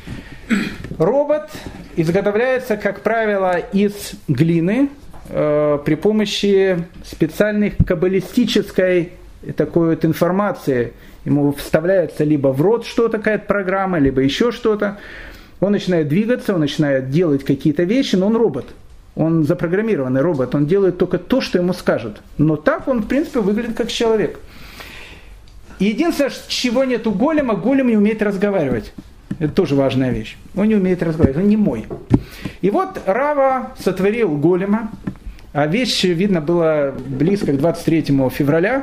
Робот изготовляется, как правило, из глины при помощи специальной каббалистической такой вот информации. Ему вставляется либо в рот что-то, какая-то программа, либо еще что-то. Он начинает двигаться, он начинает делать какие-то вещи, но он робот. Он запрограммированный робот, он делает только то, что ему скажут. Но так он, в принципе, выглядит как человек. Единственное, чего нет у голема, голем не умеет разговаривать. Это тоже важная вещь. Он не умеет разговаривать, он немой. И вот Рава сотворил голема, а вещь, видно, была близко к 23 февраля,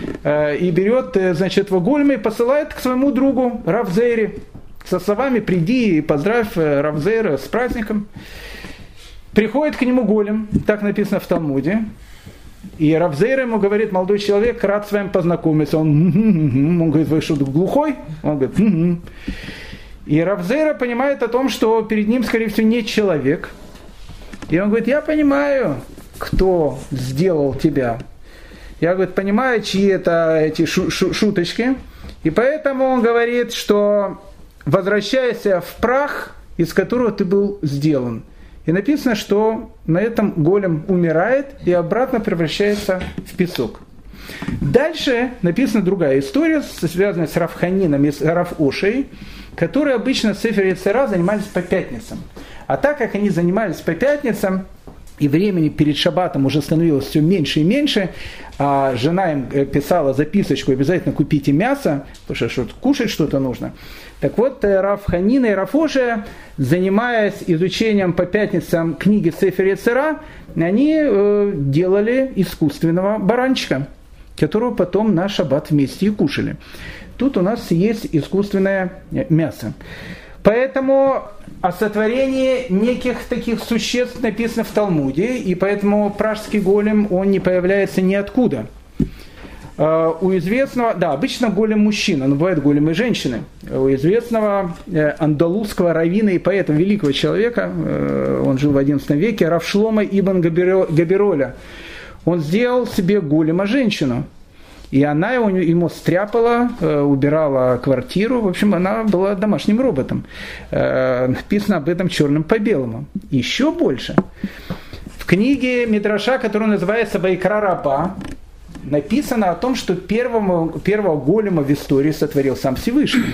и берет, значит, этого голема и посылает к своему другу Рав Зейре со словами «приди и поздравь Рав Зейра с праздником». Приходит к нему голем, так написано в Талмуде, и Рав Зейра ему говорит: молодой человек, рад с вами познакомиться. Он говорит: вы что, глухой? Он говорит: И Рав Зейра понимает о том, что перед ним, скорее всего, не человек. И он говорит: я понимаю, кто сделал тебя. Я, говорит, понимаю, чьи это эти шуточки. И поэтому он говорит, что возвращайся в прах, из которого ты был сделан. И написано, что на этом голем умирает и обратно превращается в песок. Дальше написана другая история, связанная с Рав Ханином и с Рав Ошей, которые обычно с Сефер Йецер Ара занимались по пятницам. А так как они занимались по пятницам, и времени перед шаббатом уже становилось все меньше и меньше, а жена им писала записочку: обязательно купите мясо, потому что кушать что-то нужно. Так вот, Рав Ханина и Рав Ошия, занимаясь изучением по пятницам книги Сефер Йецер Ара, они делали искусственного баранчика, которого потом на шаббат вместе и кушали. Тут у нас есть искусственное мясо. Поэтому о сотворении неких таких существ написано в Талмуде, и поэтому пражский голем, он не появляется ниоткуда. У известного, да, обычно голем мужчина, но бывают големы женщины. У известного андалузского раввина и поэта, великого человека, он жил в XI веке, Рав Шломо ибн Габироля, он сделал себе голема женщину. И она ему стряпала, убирала квартиру. В общем, она была домашним роботом. Написано об этом черным по белому. Еще больше. В книге Мидраша, которая называется «Вайкра Раба», написано о том, что первого голема в истории сотворил сам Всевышний.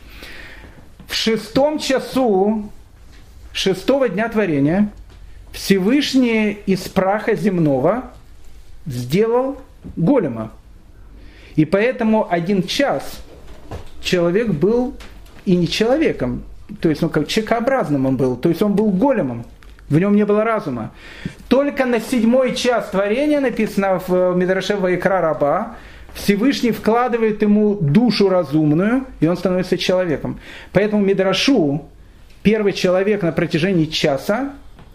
В 6 часу 6-го дня творения Всевышний из праха земного сделал голема. И поэтому 1 час человек был и не человеком, то есть он как человекообразным он был, то есть он был големом, в нем не было разума. Только на 7-й час творения, написано в Мидраше Вайкра Раба, Всевышний вкладывает ему душу разумную, и он становится человеком. Поэтому Мидрашу первый человек на протяжении часа,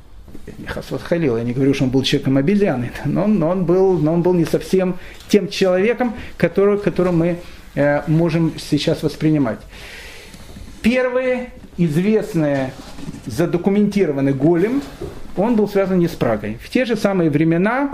я не говорю, что он был человеком обезьяны, но он был не совсем тем человеком, которого мы можем сейчас воспринимать. Первый известный задокументированный голем, он был связан не с Прагой. В те же самые времена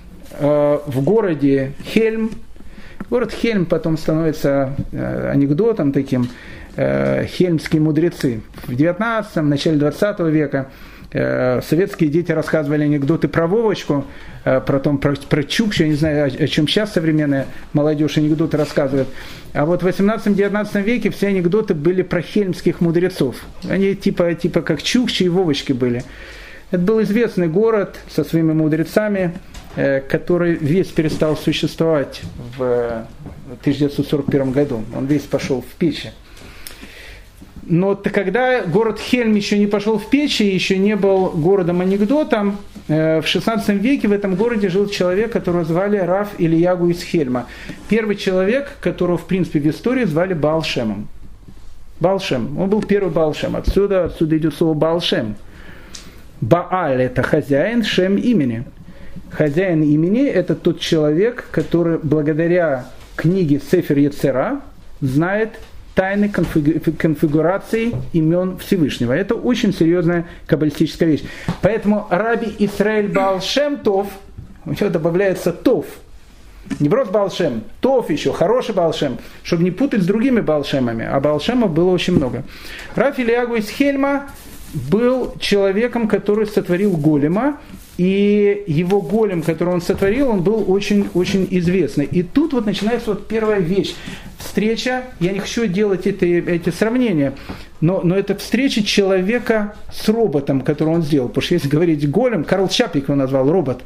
в городе Хельм, город Хельм потом становится анекдотом таким, хельмские мудрецы. В 19-м, начале 20 века, Советские дети рассказывали анекдоты про Вовочку, про Чукчу, я не знаю, о чем сейчас современная молодежь анекдоты рассказывает. А вот в 18-19 веке все анекдоты были про хельмских мудрецов. Они типа как Чукчи и Вовочки были. Это был известный город со своими мудрецами, который весь перестал существовать в 1941 году. Он весь пошел в печи. Но когда город Хельм еще не пошел в печи, еще не был городом-анекдотом, в 16 веке в этом городе жил человек, которого звали Рав Ильягу из Хельма. Первый человек, которого, в принципе, в истории звали Баал Шемом. Баал Шем. Он был первый Баал Шем. Отсюда идет слово Баал Шем. Бааль – это хозяин, Шем – имени. Хозяин имени – это тот человек, который благодаря книге Сефер Йецера знает тайны конфигурации имен Всевышнего. Это очень серьезная каббалистическая вещь. Поэтому Раби Исраэль Баал Шем Тов, у него добавляется Тов. Не просто Баал Шем, Тов еще, хороший Баал Шем, чтобы не путать с другими Баал Шемами. А Баал Шемов было очень много. Рав Ильягу из Хельма был человеком, который сотворил голема, и его голем, который он сотворил, он был очень-очень известный. И тут вот начинается вот первая вещь. Встреча, я не хочу делать эти сравнения, но это встреча человека с роботом, который он сделал. Потому что если говорить голем, Карл Чапик его назвал робот.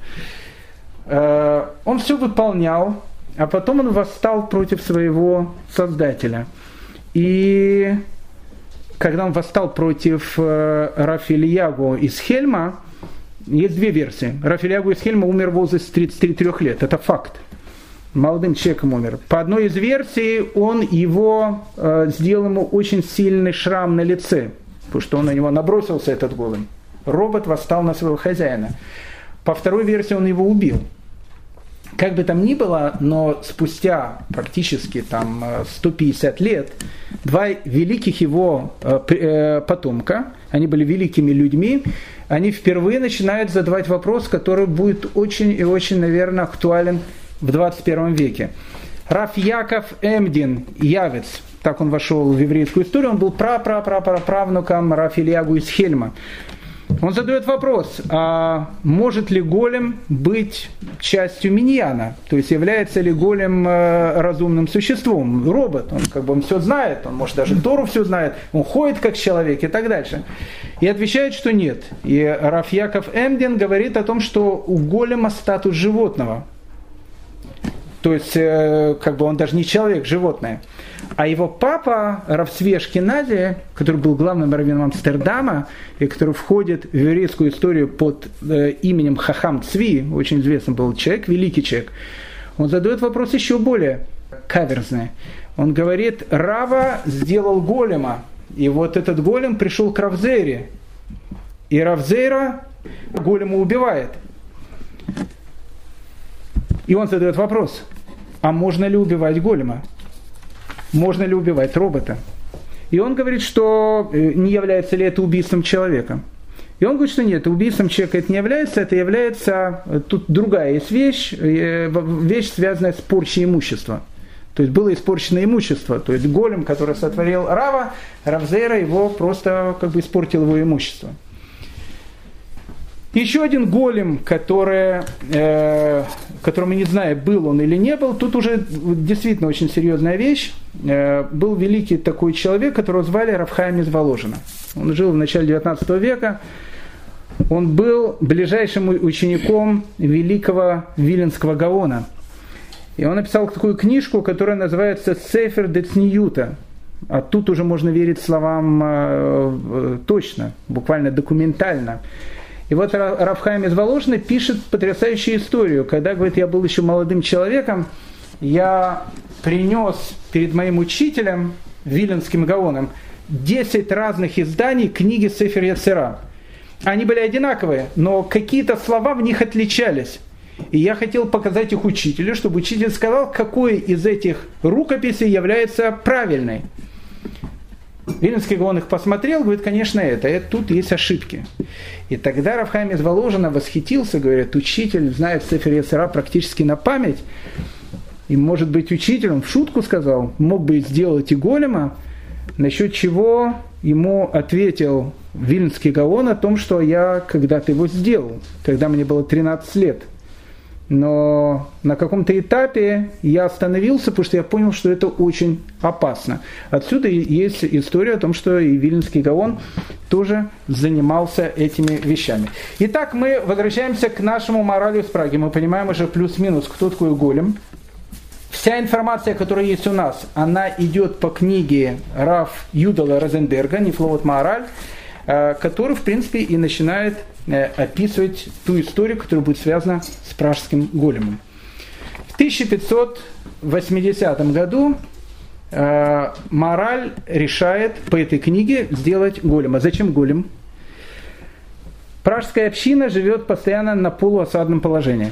Он все выполнял, а потом он восстал против своего создателя. И когда он восстал против Рав Ильягу из Хельма, есть две версии. Рав Ильягу из Хельма умер в возрасте 33 лет. Это факт. Молодым человеком умер. По одной из версий он сделал ему очень сильный шрам на лице, потому что он на него набросился, этот голем. Робот восстал на своего хозяина. По второй версии он его убил. Как бы там ни было, но спустя практически 150 лет два великих его потомка, они были великими людьми, они впервые начинают задавать вопрос, который будет очень и очень, наверное, актуален в 21 веке. Рав Яков Эмдин Явец, так он вошел в еврейскую историю, он был правнуком Рав Ильягу из Хельма. Он задает вопрос, а может ли голем быть частью миньяна? То есть является ли голем разумным существом? Робот, он все знает, он может даже Тору все знает, он ходит как человек и так дальше. И отвечает, что нет. И Рав Яков Эмдин говорит о том, что у голема статус животного. То есть, он даже не человек, животное. А его папа, Рав Цви Ашкенази, который был главным раввином Амстердама, и который входит в еврейскую историю под именем Хахам Цви, очень известный был человек, великий человек, он задает вопрос еще более каверзный. Он говорит, Рава сделал голема, и вот этот голем пришел к Равзейре, и Равзейра голема убивает. И он задает вопрос, а можно ли убивать голема? Можно ли убивать робота? И он говорит, что не является ли это убийством человека. И он говорит, что нет, убийством человека это является, тут другая есть вещь, связанная с порчей имущества. То есть было испорчено имущество, то есть голем, который сотворил Рава, Равзейра его просто испортил его имущество. Еще один голем, который мы не знаем, был он или не был, тут уже действительно очень серьезная вещь. Был великий такой человек, которого звали Рав Хаим из Воложина. Он жил в начале 19 века. Он был ближайшим учеником великого Виленского Гаона. И он написал такую книжку, которая называется «Сефер де Цниюта». А тут уже можно верить словам точно, буквально документально. И вот Рав Хаим из Воложина пишет потрясающую историю. Когда, говорит, я был еще молодым человеком, я принес перед моим учителем, Виленским Гаоном, 10 разных изданий книги Сефер Йецера. Они были одинаковые, но какие-то слова в них отличались. И я хотел показать их учителю, чтобы учитель сказал, какой из этих рукописей является правильной. Виленский Гаон их посмотрел, говорит, конечно, тут есть ошибки. И тогда Рав Хаим из Воложина восхитился, говорит, учитель знает Сефер Йецера практически на память, и, может быть, учитель, он в шутку сказал, мог бы сделать и голема, насчет чего ему ответил Вильнский Гаон о том, что я когда-то его сделал, когда мне было 13 лет. Но на каком-то этапе я остановился, потому что я понял, что это очень опасно. Отсюда есть история о том, что и Вильнский Гаон тоже занимался этими вещами. Итак, мы возвращаемся к нашему морали из Праги. Мы понимаем уже плюс-минус, кто такой голем. Вся информация, которая есть у нас, она идет по книге Рав Юдала Розенберга «Нефлоот Маораль», который, в принципе, и начинает описывать ту историю, которая будет связана с пражским големом. В 1580 году Маораль решает по этой книге сделать голема. Зачем голем? Пражская община живет постоянно на полуосадном положении.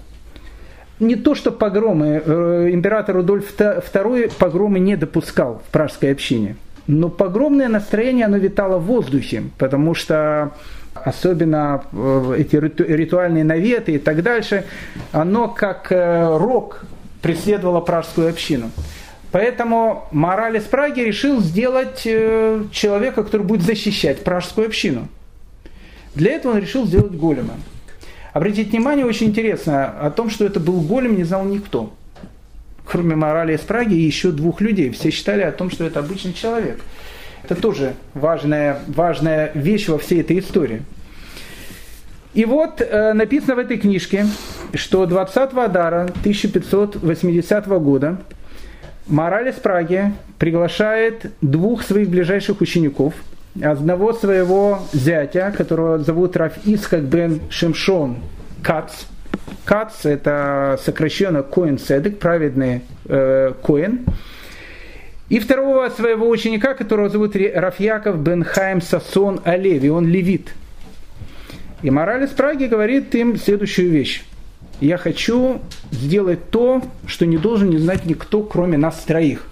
Не то, что погромы, император Рудольф II погромы не допускал в пражской общине. Но погромное настроение, оно витало в воздухе, потому что особенно эти ритуальные наветы и так дальше, оно как рок преследовало пражскую общину. Поэтому Маораль из Праги решил сделать человека, который будет защищать пражскую общину. Для этого он решил сделать голема. Обратите внимание, очень интересно, о том, что это был голем, не знал никто. Кроме Маораля из Праги и еще двух людей. Все считали о том, что это обычный человек. Это тоже важная вещь во всей этой истории. И вот написано в этой книжке, что 20 Адара 1580 года Маораль из Праги приглашает двух своих ближайших учеников, одного своего зятя, которого зовут Рав Ицхак бен Шимшон Кац. Кац – это сокращенно Коэн Седек, праведный Коэн. И второго своего ученика, которого зовут Рав Яков бен Хаим Сасон Алеви, он левит. И Маораль из Праги говорит им следующую вещь. Я хочу сделать то, что не должен не знать никто, кроме нас троих.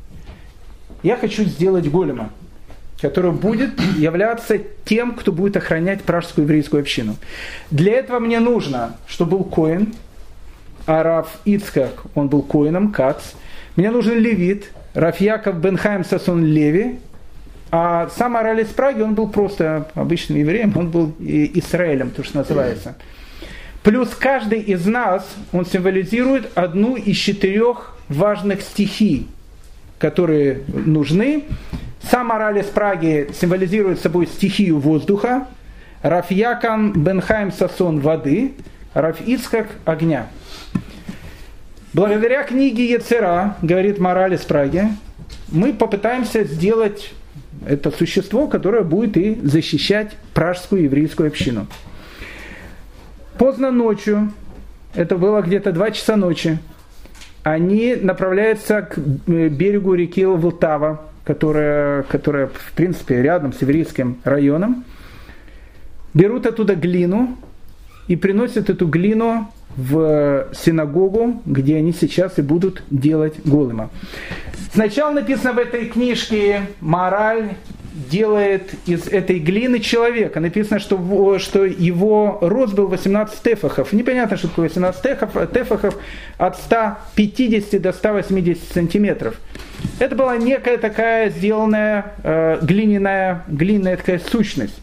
Я хочу сделать голема, который будет являться тем, кто будет охранять пражскую еврейскую общину. Для этого мне нужно, чтобы был Коэн, а Рав Ицхак, он был Коэном, Кац. Мне нужен левит, Рав Яков бен Хаим Сасон Леви, а сам Маораль из Праги, он был просто обычным евреем, он был Израилем, то, что называется. Плюс каждый из нас, он символизирует одну из 4 важных стихий, которые нужны. Сам Маораль из Праги символизирует собой стихию воздуха, Рав Яков бен Хаим Сасон воды, Рав Ицхак огня. Благодаря книге Ецера, говорит Маораль из Праги, мы попытаемся сделать это существо, которое будет и защищать пражскую еврейскую общину. Поздно ночью, это было где-то 2 часа ночи, они направляются к берегу реки Влтава, которая, в принципе, рядом с еврейским районом, берут оттуда глину и приносят эту глину в синагогу, где они сейчас и будут делать голема. Сначала написано в этой книжке, Маораль делает из этой глины человека. Написано, что его рост был 18 тефахов. Непонятно, что такое 18 тефахов, от 150 до 180 сантиметров. Это была некая такая сделанная глиняная такая сущность.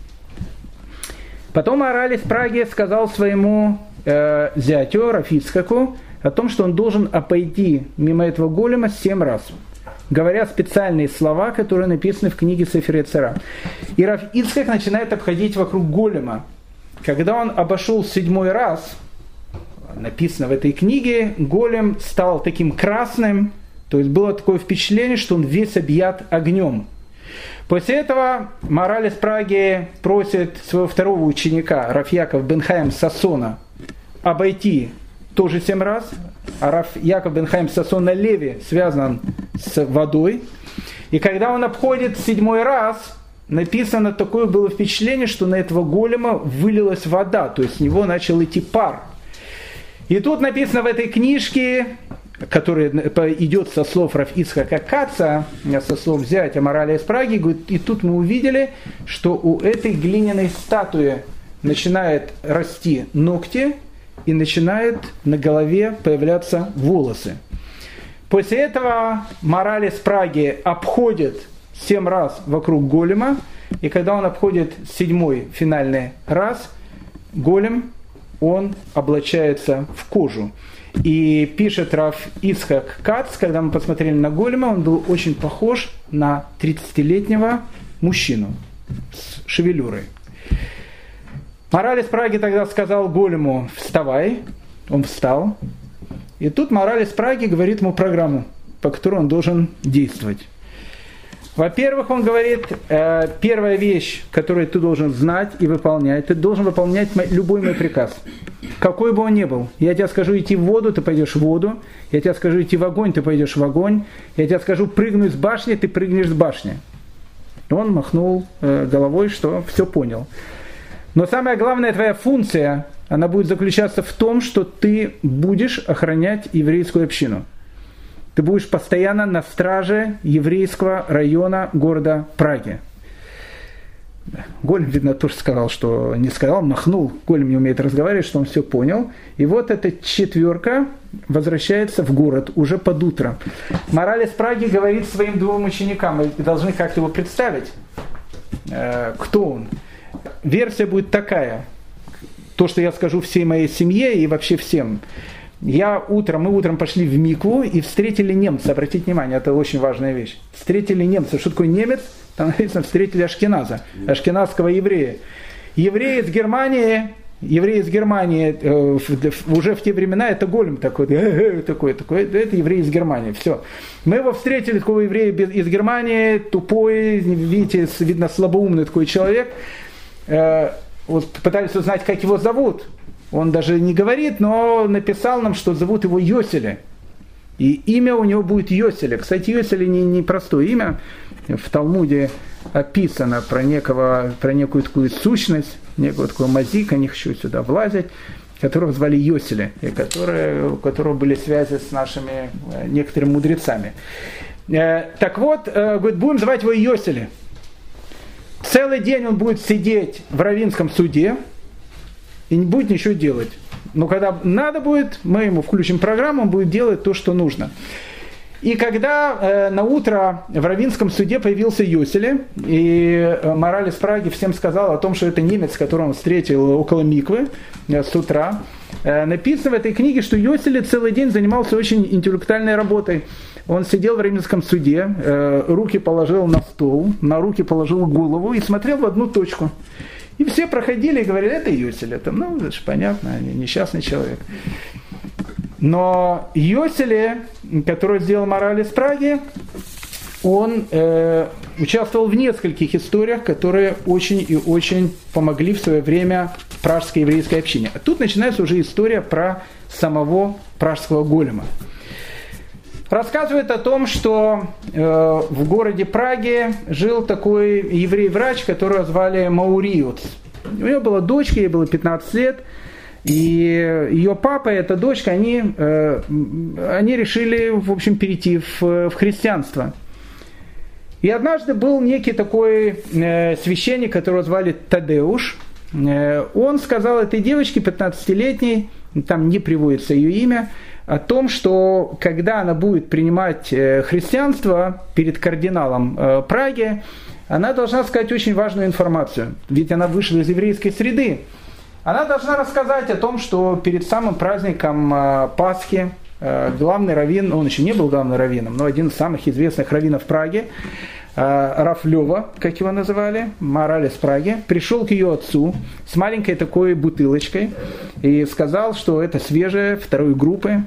Потом Маораль из Праги сказал своему зятю Рав Ицхаку о том, что он должен обойти мимо этого голема 7 раз, говоря специальные слова, которые написаны в книге Сефер Ецера. И Рав Ицхак начинает обходить вокруг голема. Когда он обошел 7-й раз, написано в этой книге, голем стал таким красным, то есть было такое впечатление, что он весь объят огнем. После этого Маораль из Праги просит своего второго ученика, Рав Яков бен Хаим Сасона, обойти тоже 7 раз. А Рав Яков бен Хаим Сасона Леви связан с водой. И когда он обходит 7-й раз, написано, такое было впечатление, что на этого голема вылилась вода, то есть с него начал идти пар. И тут написано в этой книжке, которая идет со слов Рав Ицхака Каца, со слов зятя Маораля из Праги, говорит, и тут мы увидели, что у этой глиняной статуи начинают расти ногти и начинают на голове появляться волосы. После этого Маораль из Праги обходит 7 раз вокруг голема, И когда он обходит 7-й финальный раз, голем, он облачается в кожу. И пишет Рав Ицхак Кац, когда мы посмотрели на голема, он был очень похож на 30-летнего мужчину с шевелюрой. Мораль из Праги тогда сказал голему: «Вставай». Он встал. И тут Мораль из Праги говорит ему программу, по которой он должен действовать. Во-первых, он говорит, первая вещь, которую ты должен знать и выполнять, ты должен выполнять любой мой приказ, какой бы он ни был. Я тебе скажу идти в воду, ты пойдешь в воду. Я тебе скажу идти в огонь, ты пойдешь в огонь. Я тебе скажу прыгнуть с башни, ты прыгнешь с башни. Он махнул головой, что все понял. Но самая главная твоя функция, она будет заключаться в том, что ты будешь охранять еврейскую общину. Ты будешь постоянно на страже еврейского района города Праги. Голем, видно, тоже сказал, что не сказал, махнул. Голем не умеет разговаривать, что он все понял. И вот эта 4 возвращается в город уже под утро. Мораль из Праги говорит своим 2 ученикам, вы должны как-то его представить. Кто он? Версия будет такая. То, что я скажу всей моей семье и вообще всем. Мы утром пошли в микву и встретили немца. Обратите внимание, это очень важная вещь. Встретили немца. Что такое немец? Там написано, встретили ашкеназа, ашкеназского еврея. Евреи из Германии уже в те времена, это голем такой, это еврей из Германии. Все. Мы его встретили, такого еврея из Германии, тупой, видите, видно, слабоумный такой человек. Пытались узнать, как его зовут. Он даже не говорит, но написал нам, что зовут его Йоселе. И имя у него будет Йоселе. Кстати, Йоселе не простое имя. В Талмуде описано про некую такую сущность, некую такую мазика, не хочу сюда влазить, которого звали Йоселе, и у которого были связи с нашими некоторыми мудрецами. Так вот, говорит, будем звать его Йоселе. Целый день он будет сидеть в раввинском суде и не будет ничего делать. Но когда надо будет, мы ему включим программу, он будет делать то, что нужно. И когда на утро в раввинском суде появился Йоселе, и Мораль из Праги всем сказал о том, что это немец, которого он встретил около миквы с утра, написано в этой книге, что Йоселе целый день занимался очень интеллектуальной работой. Он сидел в раввинском суде, руки положил на стол, на руки положил голову и смотрел в одну точку. И все проходили и говорили, это Йоселе, это же понятно, несчастный человек. Но Йоселе, который сделал Мораль из Праги, он участвовал в нескольких историях, которые очень и очень помогли в свое время пражской еврейской общине. А тут начинается уже история про самого пражского голема. Рассказывает о том, что в городе Праге жил такой еврей-врач, которого звали Мауриуц. У него была дочка, ей было 15 лет, и ее папа и эта дочка, они решили, в общем, перейти в христианство. И однажды был некий такой священник, которого звали Тадеуш. Он сказал этой девочке, 15-летней, там не приводится ее имя, о том, что когда она будет принимать христианство перед кардиналом Праги, она должна сказать очень важную информацию. Ведь она вышла из еврейской среды. Она должна рассказать о том, что перед самым праздником Пасхи главный раввин, он еще не был главным раввином, но один из самых известных раввинов Праги, Рав Лева, как его называли, Мораль из Праги, пришел к ее отцу с маленькой такой бутылочкой и сказал, что это свежая 2-й группы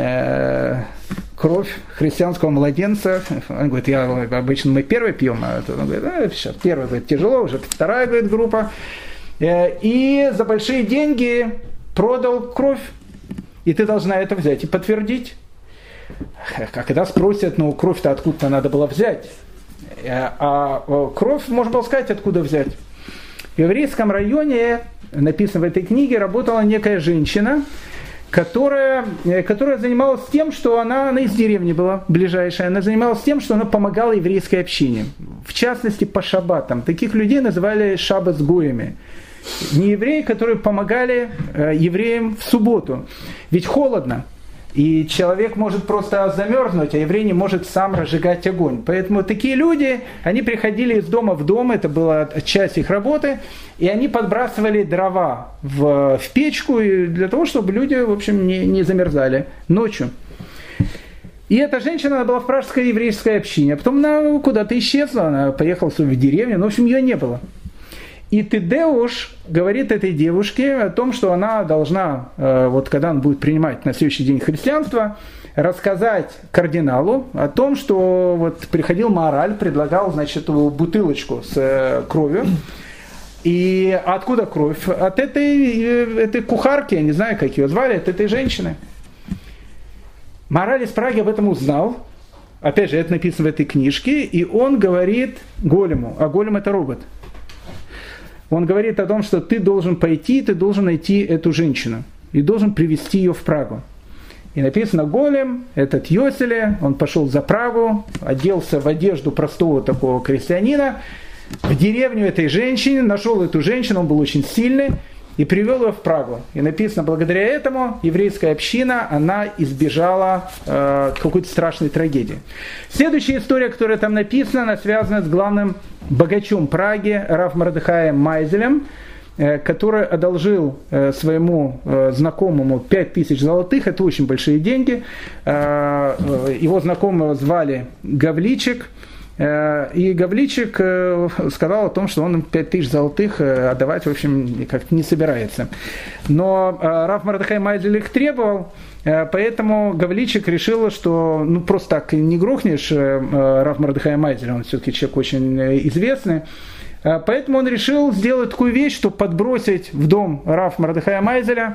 кровь христианского младенца. Он говорит, обычно мы 1-й пьем, а он говорит, сейчас 1-й, говорит, тяжело, уже 2-я, говорит, группа. И за большие деньги продал кровь, и ты должна это взять и подтвердить. А когда спросят, кровь-то откуда-то надо было взять. А кровь, можно было сказать, откуда взять. В еврейском районе, написано в этой книге, работала некая женщина, которая занималась тем, что она из деревни была ближайшая, она занималась тем, что она помогала еврейской общине. В частности, по шаббатам. Таких людей называли шаббат-гоями. Не евреи, которые помогали евреям в субботу. Ведь холодно. И человек может просто замерзнуть, а еврей не может сам разжигать огонь. Поэтому такие люди, они приходили из дома в дом, это была часть их работы, и они подбрасывали дрова в печку для того, чтобы люди, в общем, не замерзали ночью. И эта женщина, она была в пражской еврейской общине, а потом она куда-то исчезла, она поехала в деревню, но, в общем, ее не было. И Тедеуш говорит этой девушке о том, что она должна, вот когда он будет принимать на следующий день христианство, рассказать кардиналу о том, что вот приходил Маораль, предлагал, значит, бутылочку с кровью. И откуда кровь? От этой кухарки, я не знаю, как ее звали, от этой женщины. Маораль из Праги об этом узнал. Опять же, это написано в этой книжке. И он говорит Голему, а Голем это робот. Он говорит о том, что ты должен пойти, ты должен найти эту женщину. И должен привести ее в Прагу. И написано Голем, этот Йоселе, он пошел за Прагу, оделся в одежду простого такого крестьянина, в деревню этой женщины, нашел эту женщину, он был очень сильный, и привел ее в Прагу. И написано, благодаря этому еврейская община, она избежала какой-то страшной трагедии. Следующая история, которая там написана, она связана с главным богачом Праги, Рав Мордехаем Майзелем, который одолжил своему знакомому 5000 золотых, это очень большие деньги. Его знакомого звали Гавличик. И Гавличик сказал о том, что он им 5000 золотых отдавать, в общем, как-то не собирается. Но Рав Мордехай Майзель их требовал, поэтому Гавличик решил, что ну, просто так не грохнешь Рав Мордехая Майзеля, он все-таки человек очень известный. Поэтому он решил сделать такую вещь, чтобы подбросить в дом Рав Мордехая Майзеля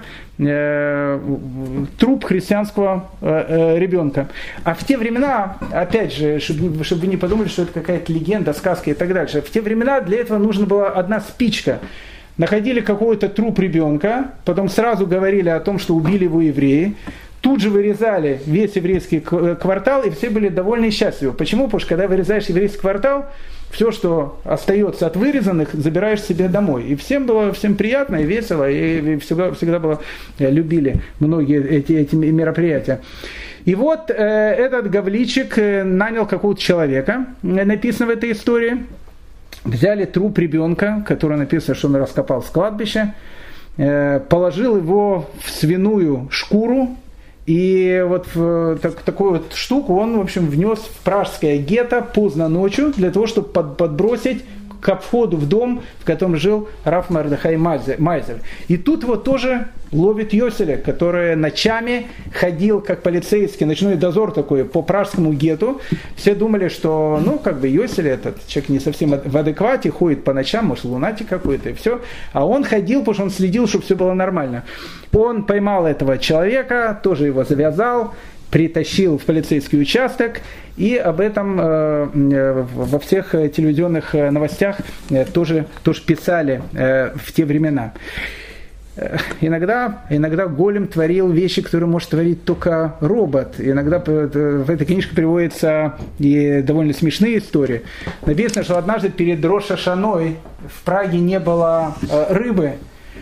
труп христианского ребенка. А в те времена, опять же, чтобы вы не подумали, что это какая-то легенда, сказка и так дальше, в те времена для этого нужна была одна спичка. Находили какой-то труп ребенка, потом сразу говорили о том, что убили его евреи, тут же вырезали весь еврейский квартал, и все были довольны и счастливы. Почему? Потому что когда вырезаешь еврейский квартал, все, что остается от вырезанных, забираешь себе домой. И всем было приятно и весело, и всегда было, любили многие эти мероприятия. И вот этот Гавличик нанял какого-то человека, написано в этой истории. Взяли труп ребенка, который написано, что он раскопал с кладбища, положил его в свиную шкуру, и вот такую вот штуку он, в общем, внес в пражское гетто поздно ночью для того, чтобы подбросить к входу в дом, в котором жил Рав Мордехай Майзель. И тут вот тоже ловит Йоселя, который ночами ходил как полицейский, ночной дозор такой по пражскому гетту. Все думали, что, ну, как бы Йосель, этот человек не совсем в адеквате, ходит по ночам, может, лунатик какой-то, и все. А он ходил, потому что он следил, чтобы все было нормально. Он поймал этого человека, тоже его завязал, притащил в полицейский участок, и об этом во всех телевизионных новостях тоже писали в те времена. Иногда Голем творил вещи, которые может творить только робот. Иногда в этой книжке приводятся и довольно смешные истории. Написано, что однажды перед Рош ха-Шаной в Праге не было рыбы,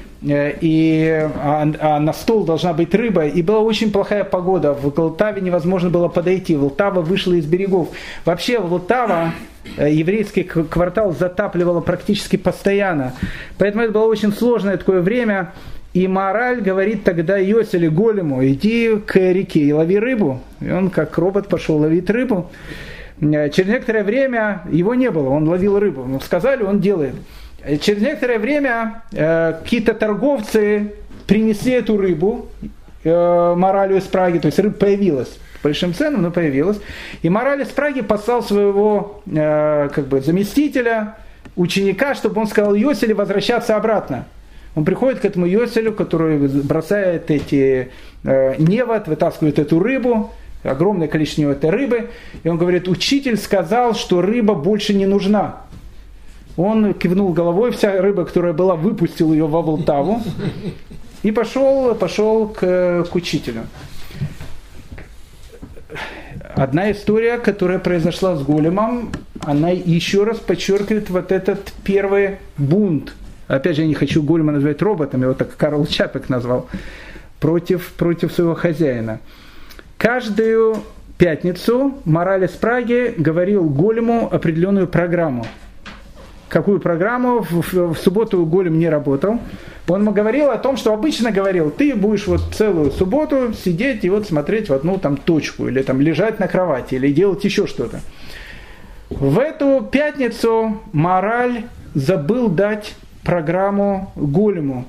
а на стол должна быть рыба, и была очень плохая погода. В Волтаве невозможно было подойти. Волтава вышла из берегов. Вообще Волтава, еврейский квартал, затапливало практически постоянно. Поэтому это было очень сложное такое время. И Маораль говорит тогда Йоселе, Голему: иди к реке и лови рыбу. И он как робот пошел ловить рыбу. Через некоторое время его не было, он ловил рыбу. Ну, сказали, он делает. Через некоторое время какие-то торговцы принесли эту рыбу Маоралю из Праги, то есть рыба появилась по большим ценам, но появилась. И Маораль из Праги послал своего заместителя, ученика, чтобы он сказал Йоселе возвращаться обратно. Он приходит к этому Йоселю, который бросает эти невод, вытаскивает эту рыбу, огромное количество этой рыбы, и он говорит: учитель сказал, что рыба больше не нужна. Он кивнул головой, вся рыба, которая была, выпустил ее во Волтаву и пошел к учителю. Одна история, которая произошла с Големом, она еще раз подчеркивает вот этот первый бунт. Опять же, я не хочу Голема назвать роботом, его так Карл Чапек назвал, против своего хозяина. каждую пятницу Мораль из Праги говорил голему определенную программу. Какую программу? В субботу голем не работал. Он говорил о том, что обычно говорил: ты будешь вот целую субботу сидеть и вот смотреть в одну там точку, или там лежать на кровати, или делать еще что-то. В эту пятницу Мораль забыл дать программу голему.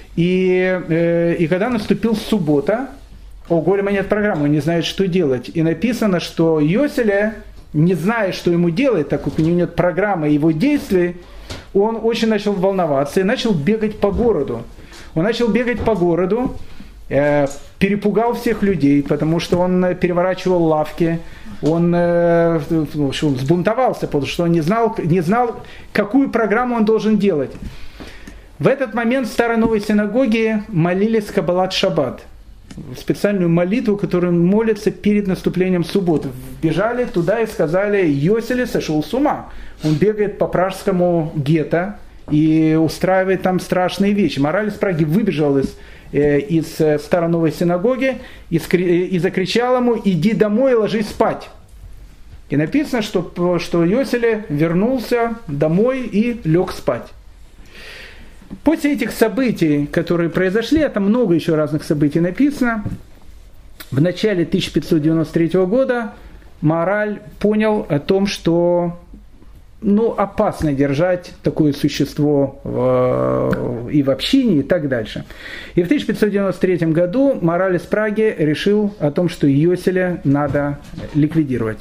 И когда наступила суббота, у голема нет программы, он не знает, что делать. И написано, что Йоселе, не зная, что ему делать, так как у него нет программы его действий, он очень начал волноваться и начал бегать по городу. Он начал бегать по городу, перепугал всех людей, потому что он переворачивал лавки, он взбунтовался, потому что он не знал, какую программу он должен делать. В этот момент в Старой Новой Синагоге молились Каббалат Шаббат, специальную молитву, которую молятся перед наступлением субботы. Бежали туда и сказали: Йоселе сошел с ума. Он бегает по пражскому гетто и устраивает там страшные вещи. Мораль из Праги выбежал из Старой Новой Синагоги и закричал ему: иди домой и ложись спать. И написано, что Йоселе вернулся домой и лег спать. После этих событий, которые произошли, а там много еще разных событий написано, в начале 1593 года Мораль понял о том, что опасно держать такое существо и в общине и так дальше. И в 1593 году Мораль из Праги решил о том, что Йоселе надо ликвидировать.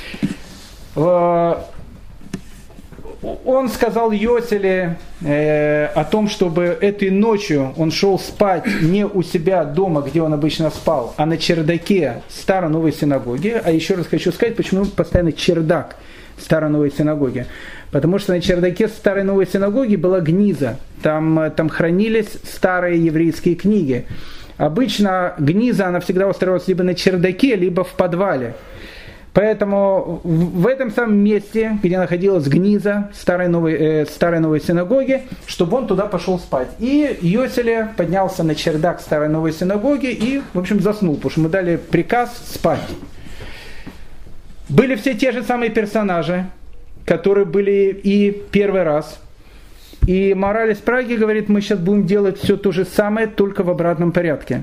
Он сказал Йоселе о том, чтобы этой ночью он шел спать не у себя дома, где он обычно спал, а на чердаке Старой Новой Синагоги. А еще раз хочу сказать, почему постоянно чердак Старой Новой Синагоги. Потому что на чердаке Старой Новой Синагоги была гниза. Там хранились старые еврейские книги. Обычно гниза, она всегда устраивалась либо на чердаке, либо в подвале. Поэтому в этом самом месте, где находилась гниза Старой Новой Синагоги, чтобы он туда пошел спать. И Йоселе поднялся на чердак Старой Новой Синагоги и, в общем, заснул, потому что мы дали приказ спать. Были все те же самые персонажи, которые были и первый раз. И Мораль из Праги говорит: мы сейчас будем делать все то же самое, только в обратном порядке.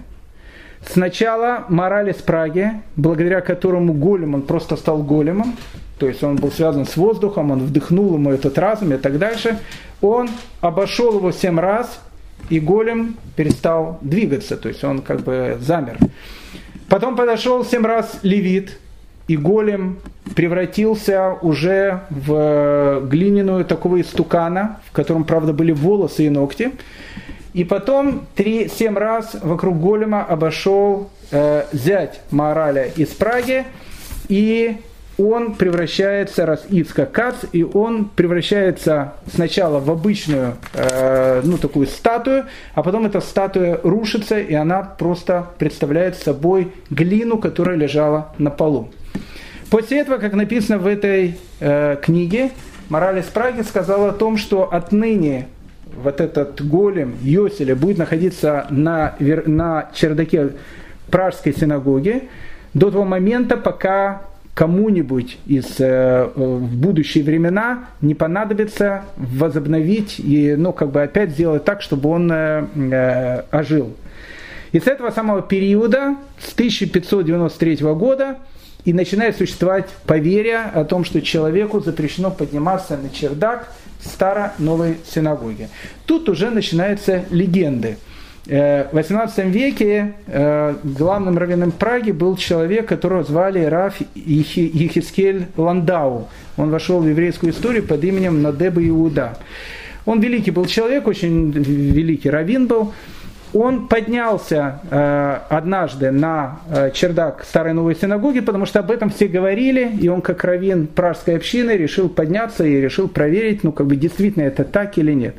Сначала Мораль из Праги, благодаря которому голем, он просто стал големом, то есть он был связан с воздухом, он вдохнул ему этот разум и так дальше, он обошел его 7 раз, и голем перестал двигаться, то есть он как бы замер. Потом подошел 7 раз левит, и голем превратился уже в глиняную такого истукана, в котором, правда, были волосы и ногти. И потом 7 раз вокруг голема обошел зять Мораля из Праги, и он превращается, раз Ицхак Кац, и он превращается сначала в обычную такую статую, а потом эта статуя рушится, и она просто представляет собой глину, которая лежала на полу. После этого, как написано в этой книге, Мораль из Праги сказал о том, что отныне вот этот голем Йоселе будет находиться на чердаке Пражской синагоги до того момента, пока кому-нибудь в будущие времена не понадобится возобновить и опять сделать так, чтобы он ожил. И с этого самого периода, с 1593 года, и начинает существовать поверье о том, что человеку запрещено подниматься на чердак Старо-Новой Синагоги. Тут уже начинаются легенды. В XVIII веке главным раввином Праги был человек, которого звали Рав Ехискель Ландау. Он вошел в еврейскую историю под именем Надеба Иуда. Он великий был человек, очень великий раввин был. Он поднялся однажды на чердак Старой Новой Синагоги, потому что об этом все говорили, и он, как раввин пражской общины, решил подняться и решил проверить, действительно это так или нет.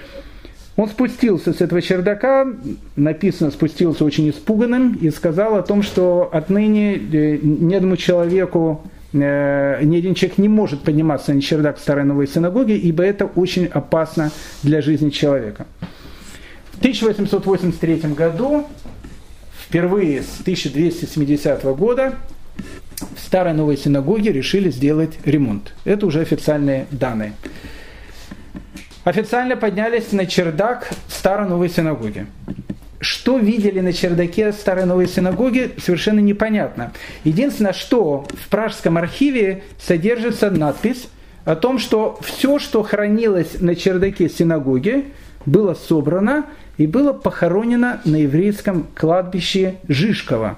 Он спустился с этого чердака, написано, спустился очень испуганным, и сказал о том, что отныне ни одному человеку, ни один человек не может подниматься на чердак Старой Новой Синагоги, ибо это очень опасно для жизни человека. В 1883 году, в впервые с 1270 года в старой новой синагоге решили сделать ремонт. Это уже официальные данные. Официально поднялись на чердак старой новой синагоги. Что видели на чердаке старой новой синагоги, совершенно непонятно. Единственное, что в Пражском архиве содержится надпись о том, что все, что хранилось на чердаке синагоги, было собрано и было похоронено на еврейском кладбище Жишково.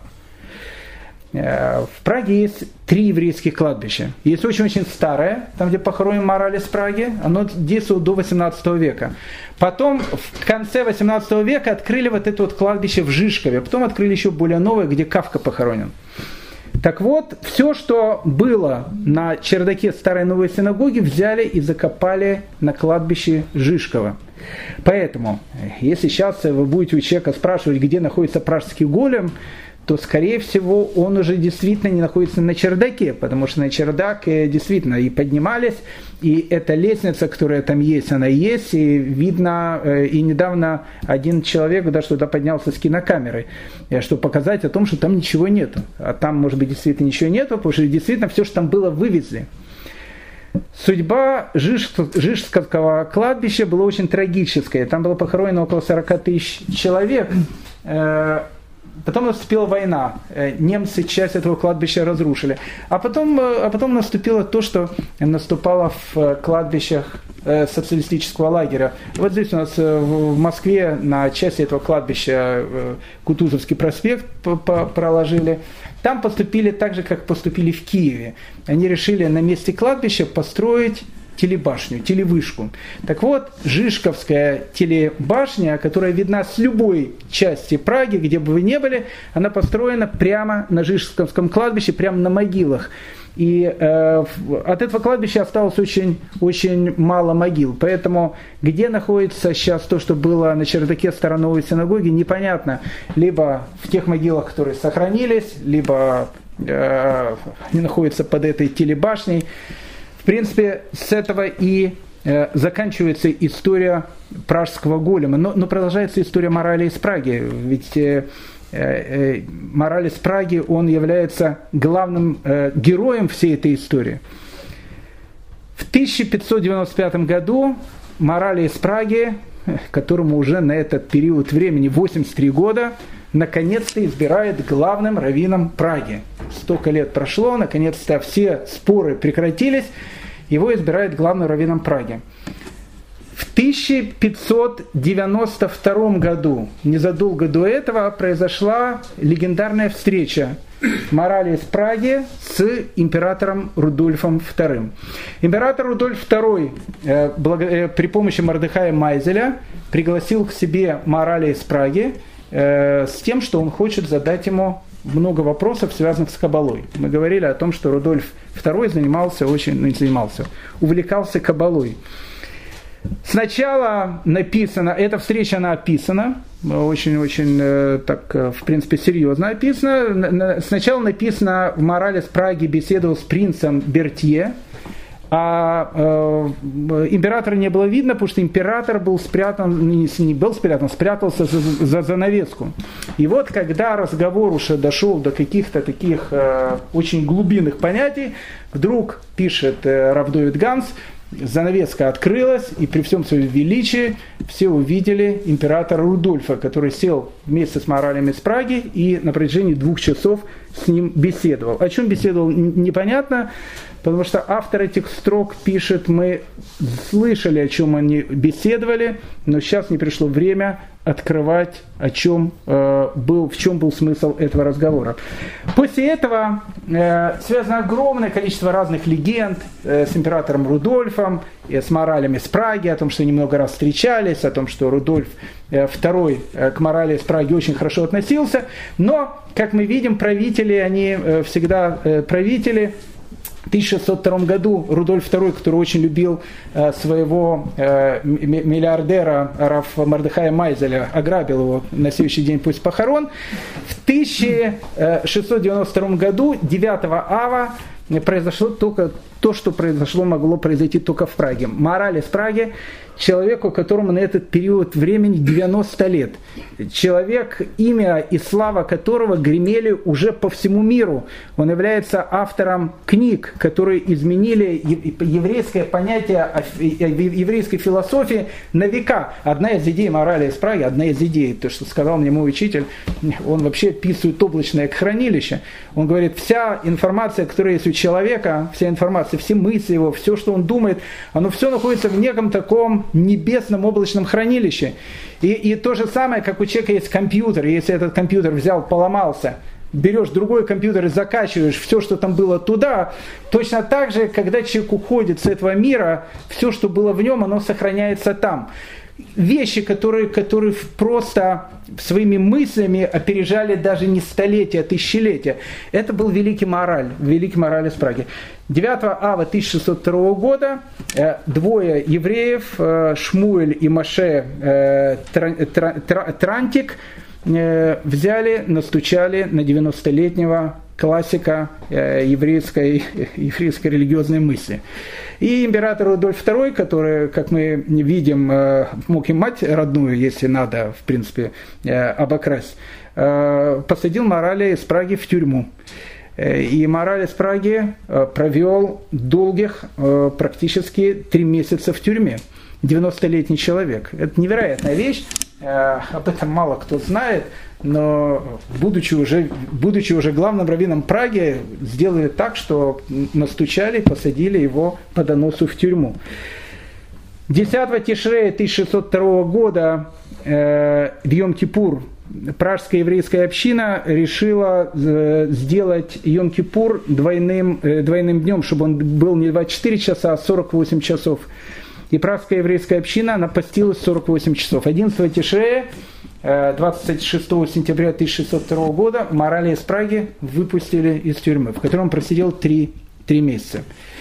В Праге есть 3 еврейских кладбища. Есть очень-очень старое, там, где похоронен Мораль из Праги. Оно действовало до 18 века. Потом, в конце 18 века, открыли вот это вот кладбище в Жишкове. Потом открыли еще более новое, где Кафка похоронен. Так вот, все, что было на чердаке старой новой синагоги, взяли и закопали на кладбище Жишково. Поэтому, если сейчас вы будете у человека спрашивать, где находится Пражский голем, то, скорее всего, он уже действительно не находится на чердаке, потому что на чердак действительно и поднимались, и эта лестница, которая там есть, она есть, и видно, и недавно один человек даже туда поднялся с кинокамерой, чтобы показать о том, что там ничего нету. А там, может быть, действительно ничего нету, потому что действительно все, что там было, вывезли. Судьба Жишковского кладбища была очень трагическая. Там было похоронено около 40 тысяч человек. Потом наступила война, немцы часть этого кладбища разрушили. А потом наступило то, что наступало в кладбищах социалистического лагеря. Вот здесь у нас в Москве на части этого кладбища Кутузовский проспект проложили. Там поступили так же, как поступили в Киеве. Они решили на месте кладбища построить телебашню, телевышку. Так вот, Жишковская телебашня, которая видна с любой части Праги, где бы вы ни были, она построена прямо на Жишковском кладбище, прямо на могилах. И от этого кладбища осталось очень, очень мало могил. Поэтому где находится сейчас то, что было на чердаке старой новой синагоги, непонятно. Либо в тех могилах, которые сохранились, либо они находятся под этой телебашней. В принципе, с этого и заканчивается история пражского голема. Но продолжается история Мораля из Праги. Ведь Мораль из Праги, он является главным героем всей этой истории. В 1595 году Мораль из Праги, которому уже на этот период времени 83 года, наконец-то избирает главным раввином Праги. Столько лет прошло, наконец-то все споры прекратились, его избирает главным раввином Праги. В 1592 году, незадолго до этого, произошла легендарная встреча Мораля из Праги с императором Рудольфом II. Император Рудольф II при помощи Мордехая Майзеля пригласил к себе Мораля из Праги с тем, что он хочет задать ему много вопросов, связанных с каббалой. Мы говорили о том, что Рудольф II увлекался каббалой. Сначала написано, эта встреча, она описана, очень-очень так, в принципе, серьезно описана. Сначала написано, Мораль из Праги беседовал с принцем Бертье, а императора не было видно, потому что император был спрятан, спрятался за занавеску. И вот, когда разговор уже дошел до каких-то таких очень глубинных понятий, вдруг пишет Рав Довид Ганс, занавеска открылась, и при всем своем величии все увидели императора Рудольфа, который сел вместе с Моралем из Праги и на протяжении 2 часов с ним беседовал. О чем беседовал, непонятно, потому что автор этих строк пишет, мы слышали, о чем они беседовали, но сейчас не пришло время открывать, в чем был смысл этого разговора. После этого связано огромное количество разных легенд с императором Рудольфом, с Моралем из Праги, о том, что они много раз встречались, о том, что Рудольф II к Морали из Праги очень хорошо относился. Но, как мы видим, правители, они всегда правители. В 1602 году Рудольф II, который очень любил своего миллиардера Рав Мордехая Майзеля, ограбил его на следующий день после похорон. В 1692 году, 9 ава, произошло только то, что произошло, могло произойти только в Праге. Мораль из Праги – человеку, которому на этот период времени 90 лет. Человек, имя и слава которого гремели уже по всему миру. Он является автором книг, которые изменили еврейское понятие еврейской философии на века. Одна из идей морали из Праги, одна из идей, то, что сказал мне мой учитель, он вообще описывает облачное хранилище. Он говорит, вся информация, которая есть у человека, вся информация, все мысли его, все, что он думает, оно все находится в неком таком небесном облачном хранилище. И то же самое, как у человека есть компьютер, если этот компьютер взял, поломался, берешь другой компьютер и закачиваешь все, что там было туда, точно так же, когда человек уходит с этого мира, все, что было в нем, оно сохраняется там. Вещи, которые просто своими мыслями опережали даже не столетия, а тысячелетия. Это был великий мораль из Праги. 9 ава 1602 года двое евреев, Шмуэль и Моше Трантик, взяли, настучали на 90-летнего классика еврейской религиозной мысли. И император Рудольф II, который, как мы видим, мог и мать родную, если надо, в принципе, обокрасть, посадил Мораля из Праги в тюрьму. И Мораль из Праги провел долгих, практически 3 месяца в тюрьме. 90-летний человек. Это невероятная вещь, об этом мало кто знает, но будучи уже главным раввином Праги, сделали так, что настучали, посадили его по доносу в тюрьму. 10 Тишрея 1602 года в Йом-Кипур пражская еврейская община решила сделать Йом-Кипур двойным днем, чтобы он был не 24 часа, а 48 часов. И пражская еврейская община, она постилась 48 часов. 11 Тишрея, 26 сентября 1602 года, Мораля из Праги выпустили из тюрьмы, в которой он просидел 3 месяца.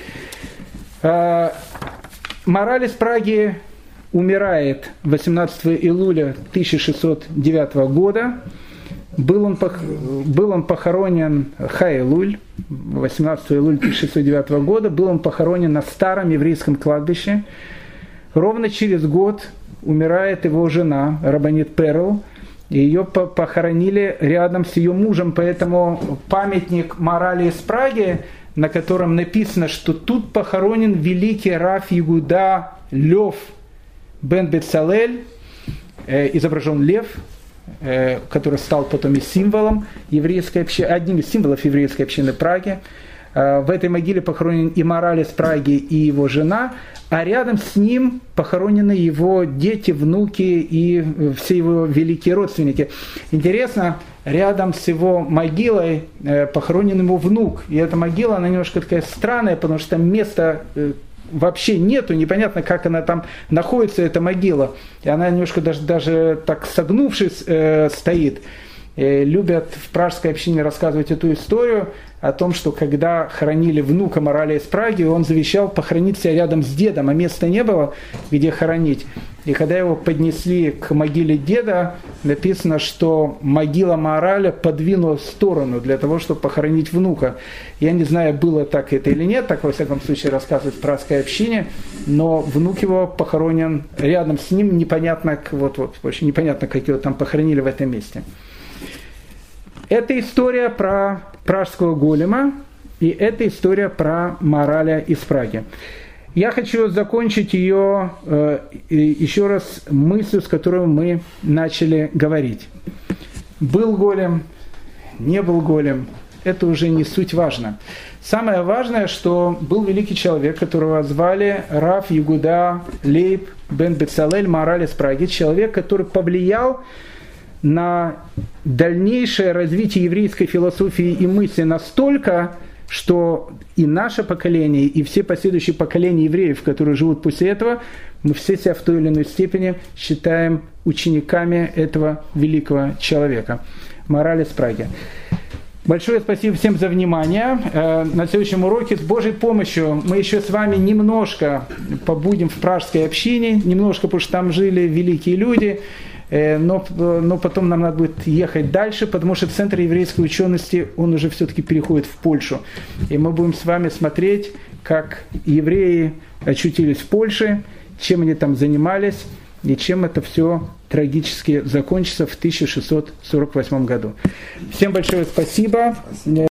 Мораль из Праги умирает 18 июля 1609 года. Был он похоронен Хай-Элуль, 18 июля 1609 года. Был он похоронен на старом еврейском кладбище. Ровно через год умирает его жена, Рабанит Перл. Ее похоронили рядом с ее мужем, поэтому памятник Морали из Праги, на котором написано, что тут похоронен великий рав Егуда Лев бен Бецалель, изображен лев, который стал потом и символом еврейской общины, одним из символов еврейской общины Праги. В этой могиле похоронен и Мораль из Праги, и его жена, а рядом с ним похоронены его дети, внуки и все его великие родственники. Интересно, рядом с его могилой похоронен его внук. И эта могила, она немножко такая странная, потому что там места вообще нету, непонятно, как она там находится, эта могила. И она немножко даже так согнувшись стоит. Любят в пражской общине рассказывать эту историю о том, что когда хоронили внука Мораля из Праги, он завещал похоронить себя рядом с дедом, а места не было, где хоронить. И когда его поднесли к могиле деда, написано, что могила Мораля подвинула в сторону для того, чтобы похоронить внука. Я не знаю, было так это или нет, так во всяком случае рассказывают в пражской общине, но внук его похоронен рядом с ним, непонятно, очень непонятно, как его там похоронили в этом месте. Это история про пражского голема, и это история про Мораля из Праги. Я хочу закончить ее еще раз мыслью, с которой мы начали говорить. Был голем, не был голем, это уже не суть важно. Самое важное, что был великий человек, которого звали Рав Егуда Лейб бен Бецалель Мораль из Праги, человек, который повлиял на дальнейшее развитие еврейской философии и мысли настолько, что и наше поколение, и все последующие поколения евреев, которые живут после этого, мы все себя в той или иной степени считаем учениками этого великого человека. Мораль из Праги. Большое спасибо всем за внимание. На следующем уроке с Божьей помощью мы еще с вами немножко побудем в пражской общине, немножко, потому что там жили великие люди. но потом нам надо будет ехать дальше, потому что Центр еврейской учености, он уже все-таки переходит в Польшу. И мы будем с вами смотреть, как евреи очутились в Польше, чем они там занимались, и чем это все трагически закончится в 1648 году. Всем большое спасибо.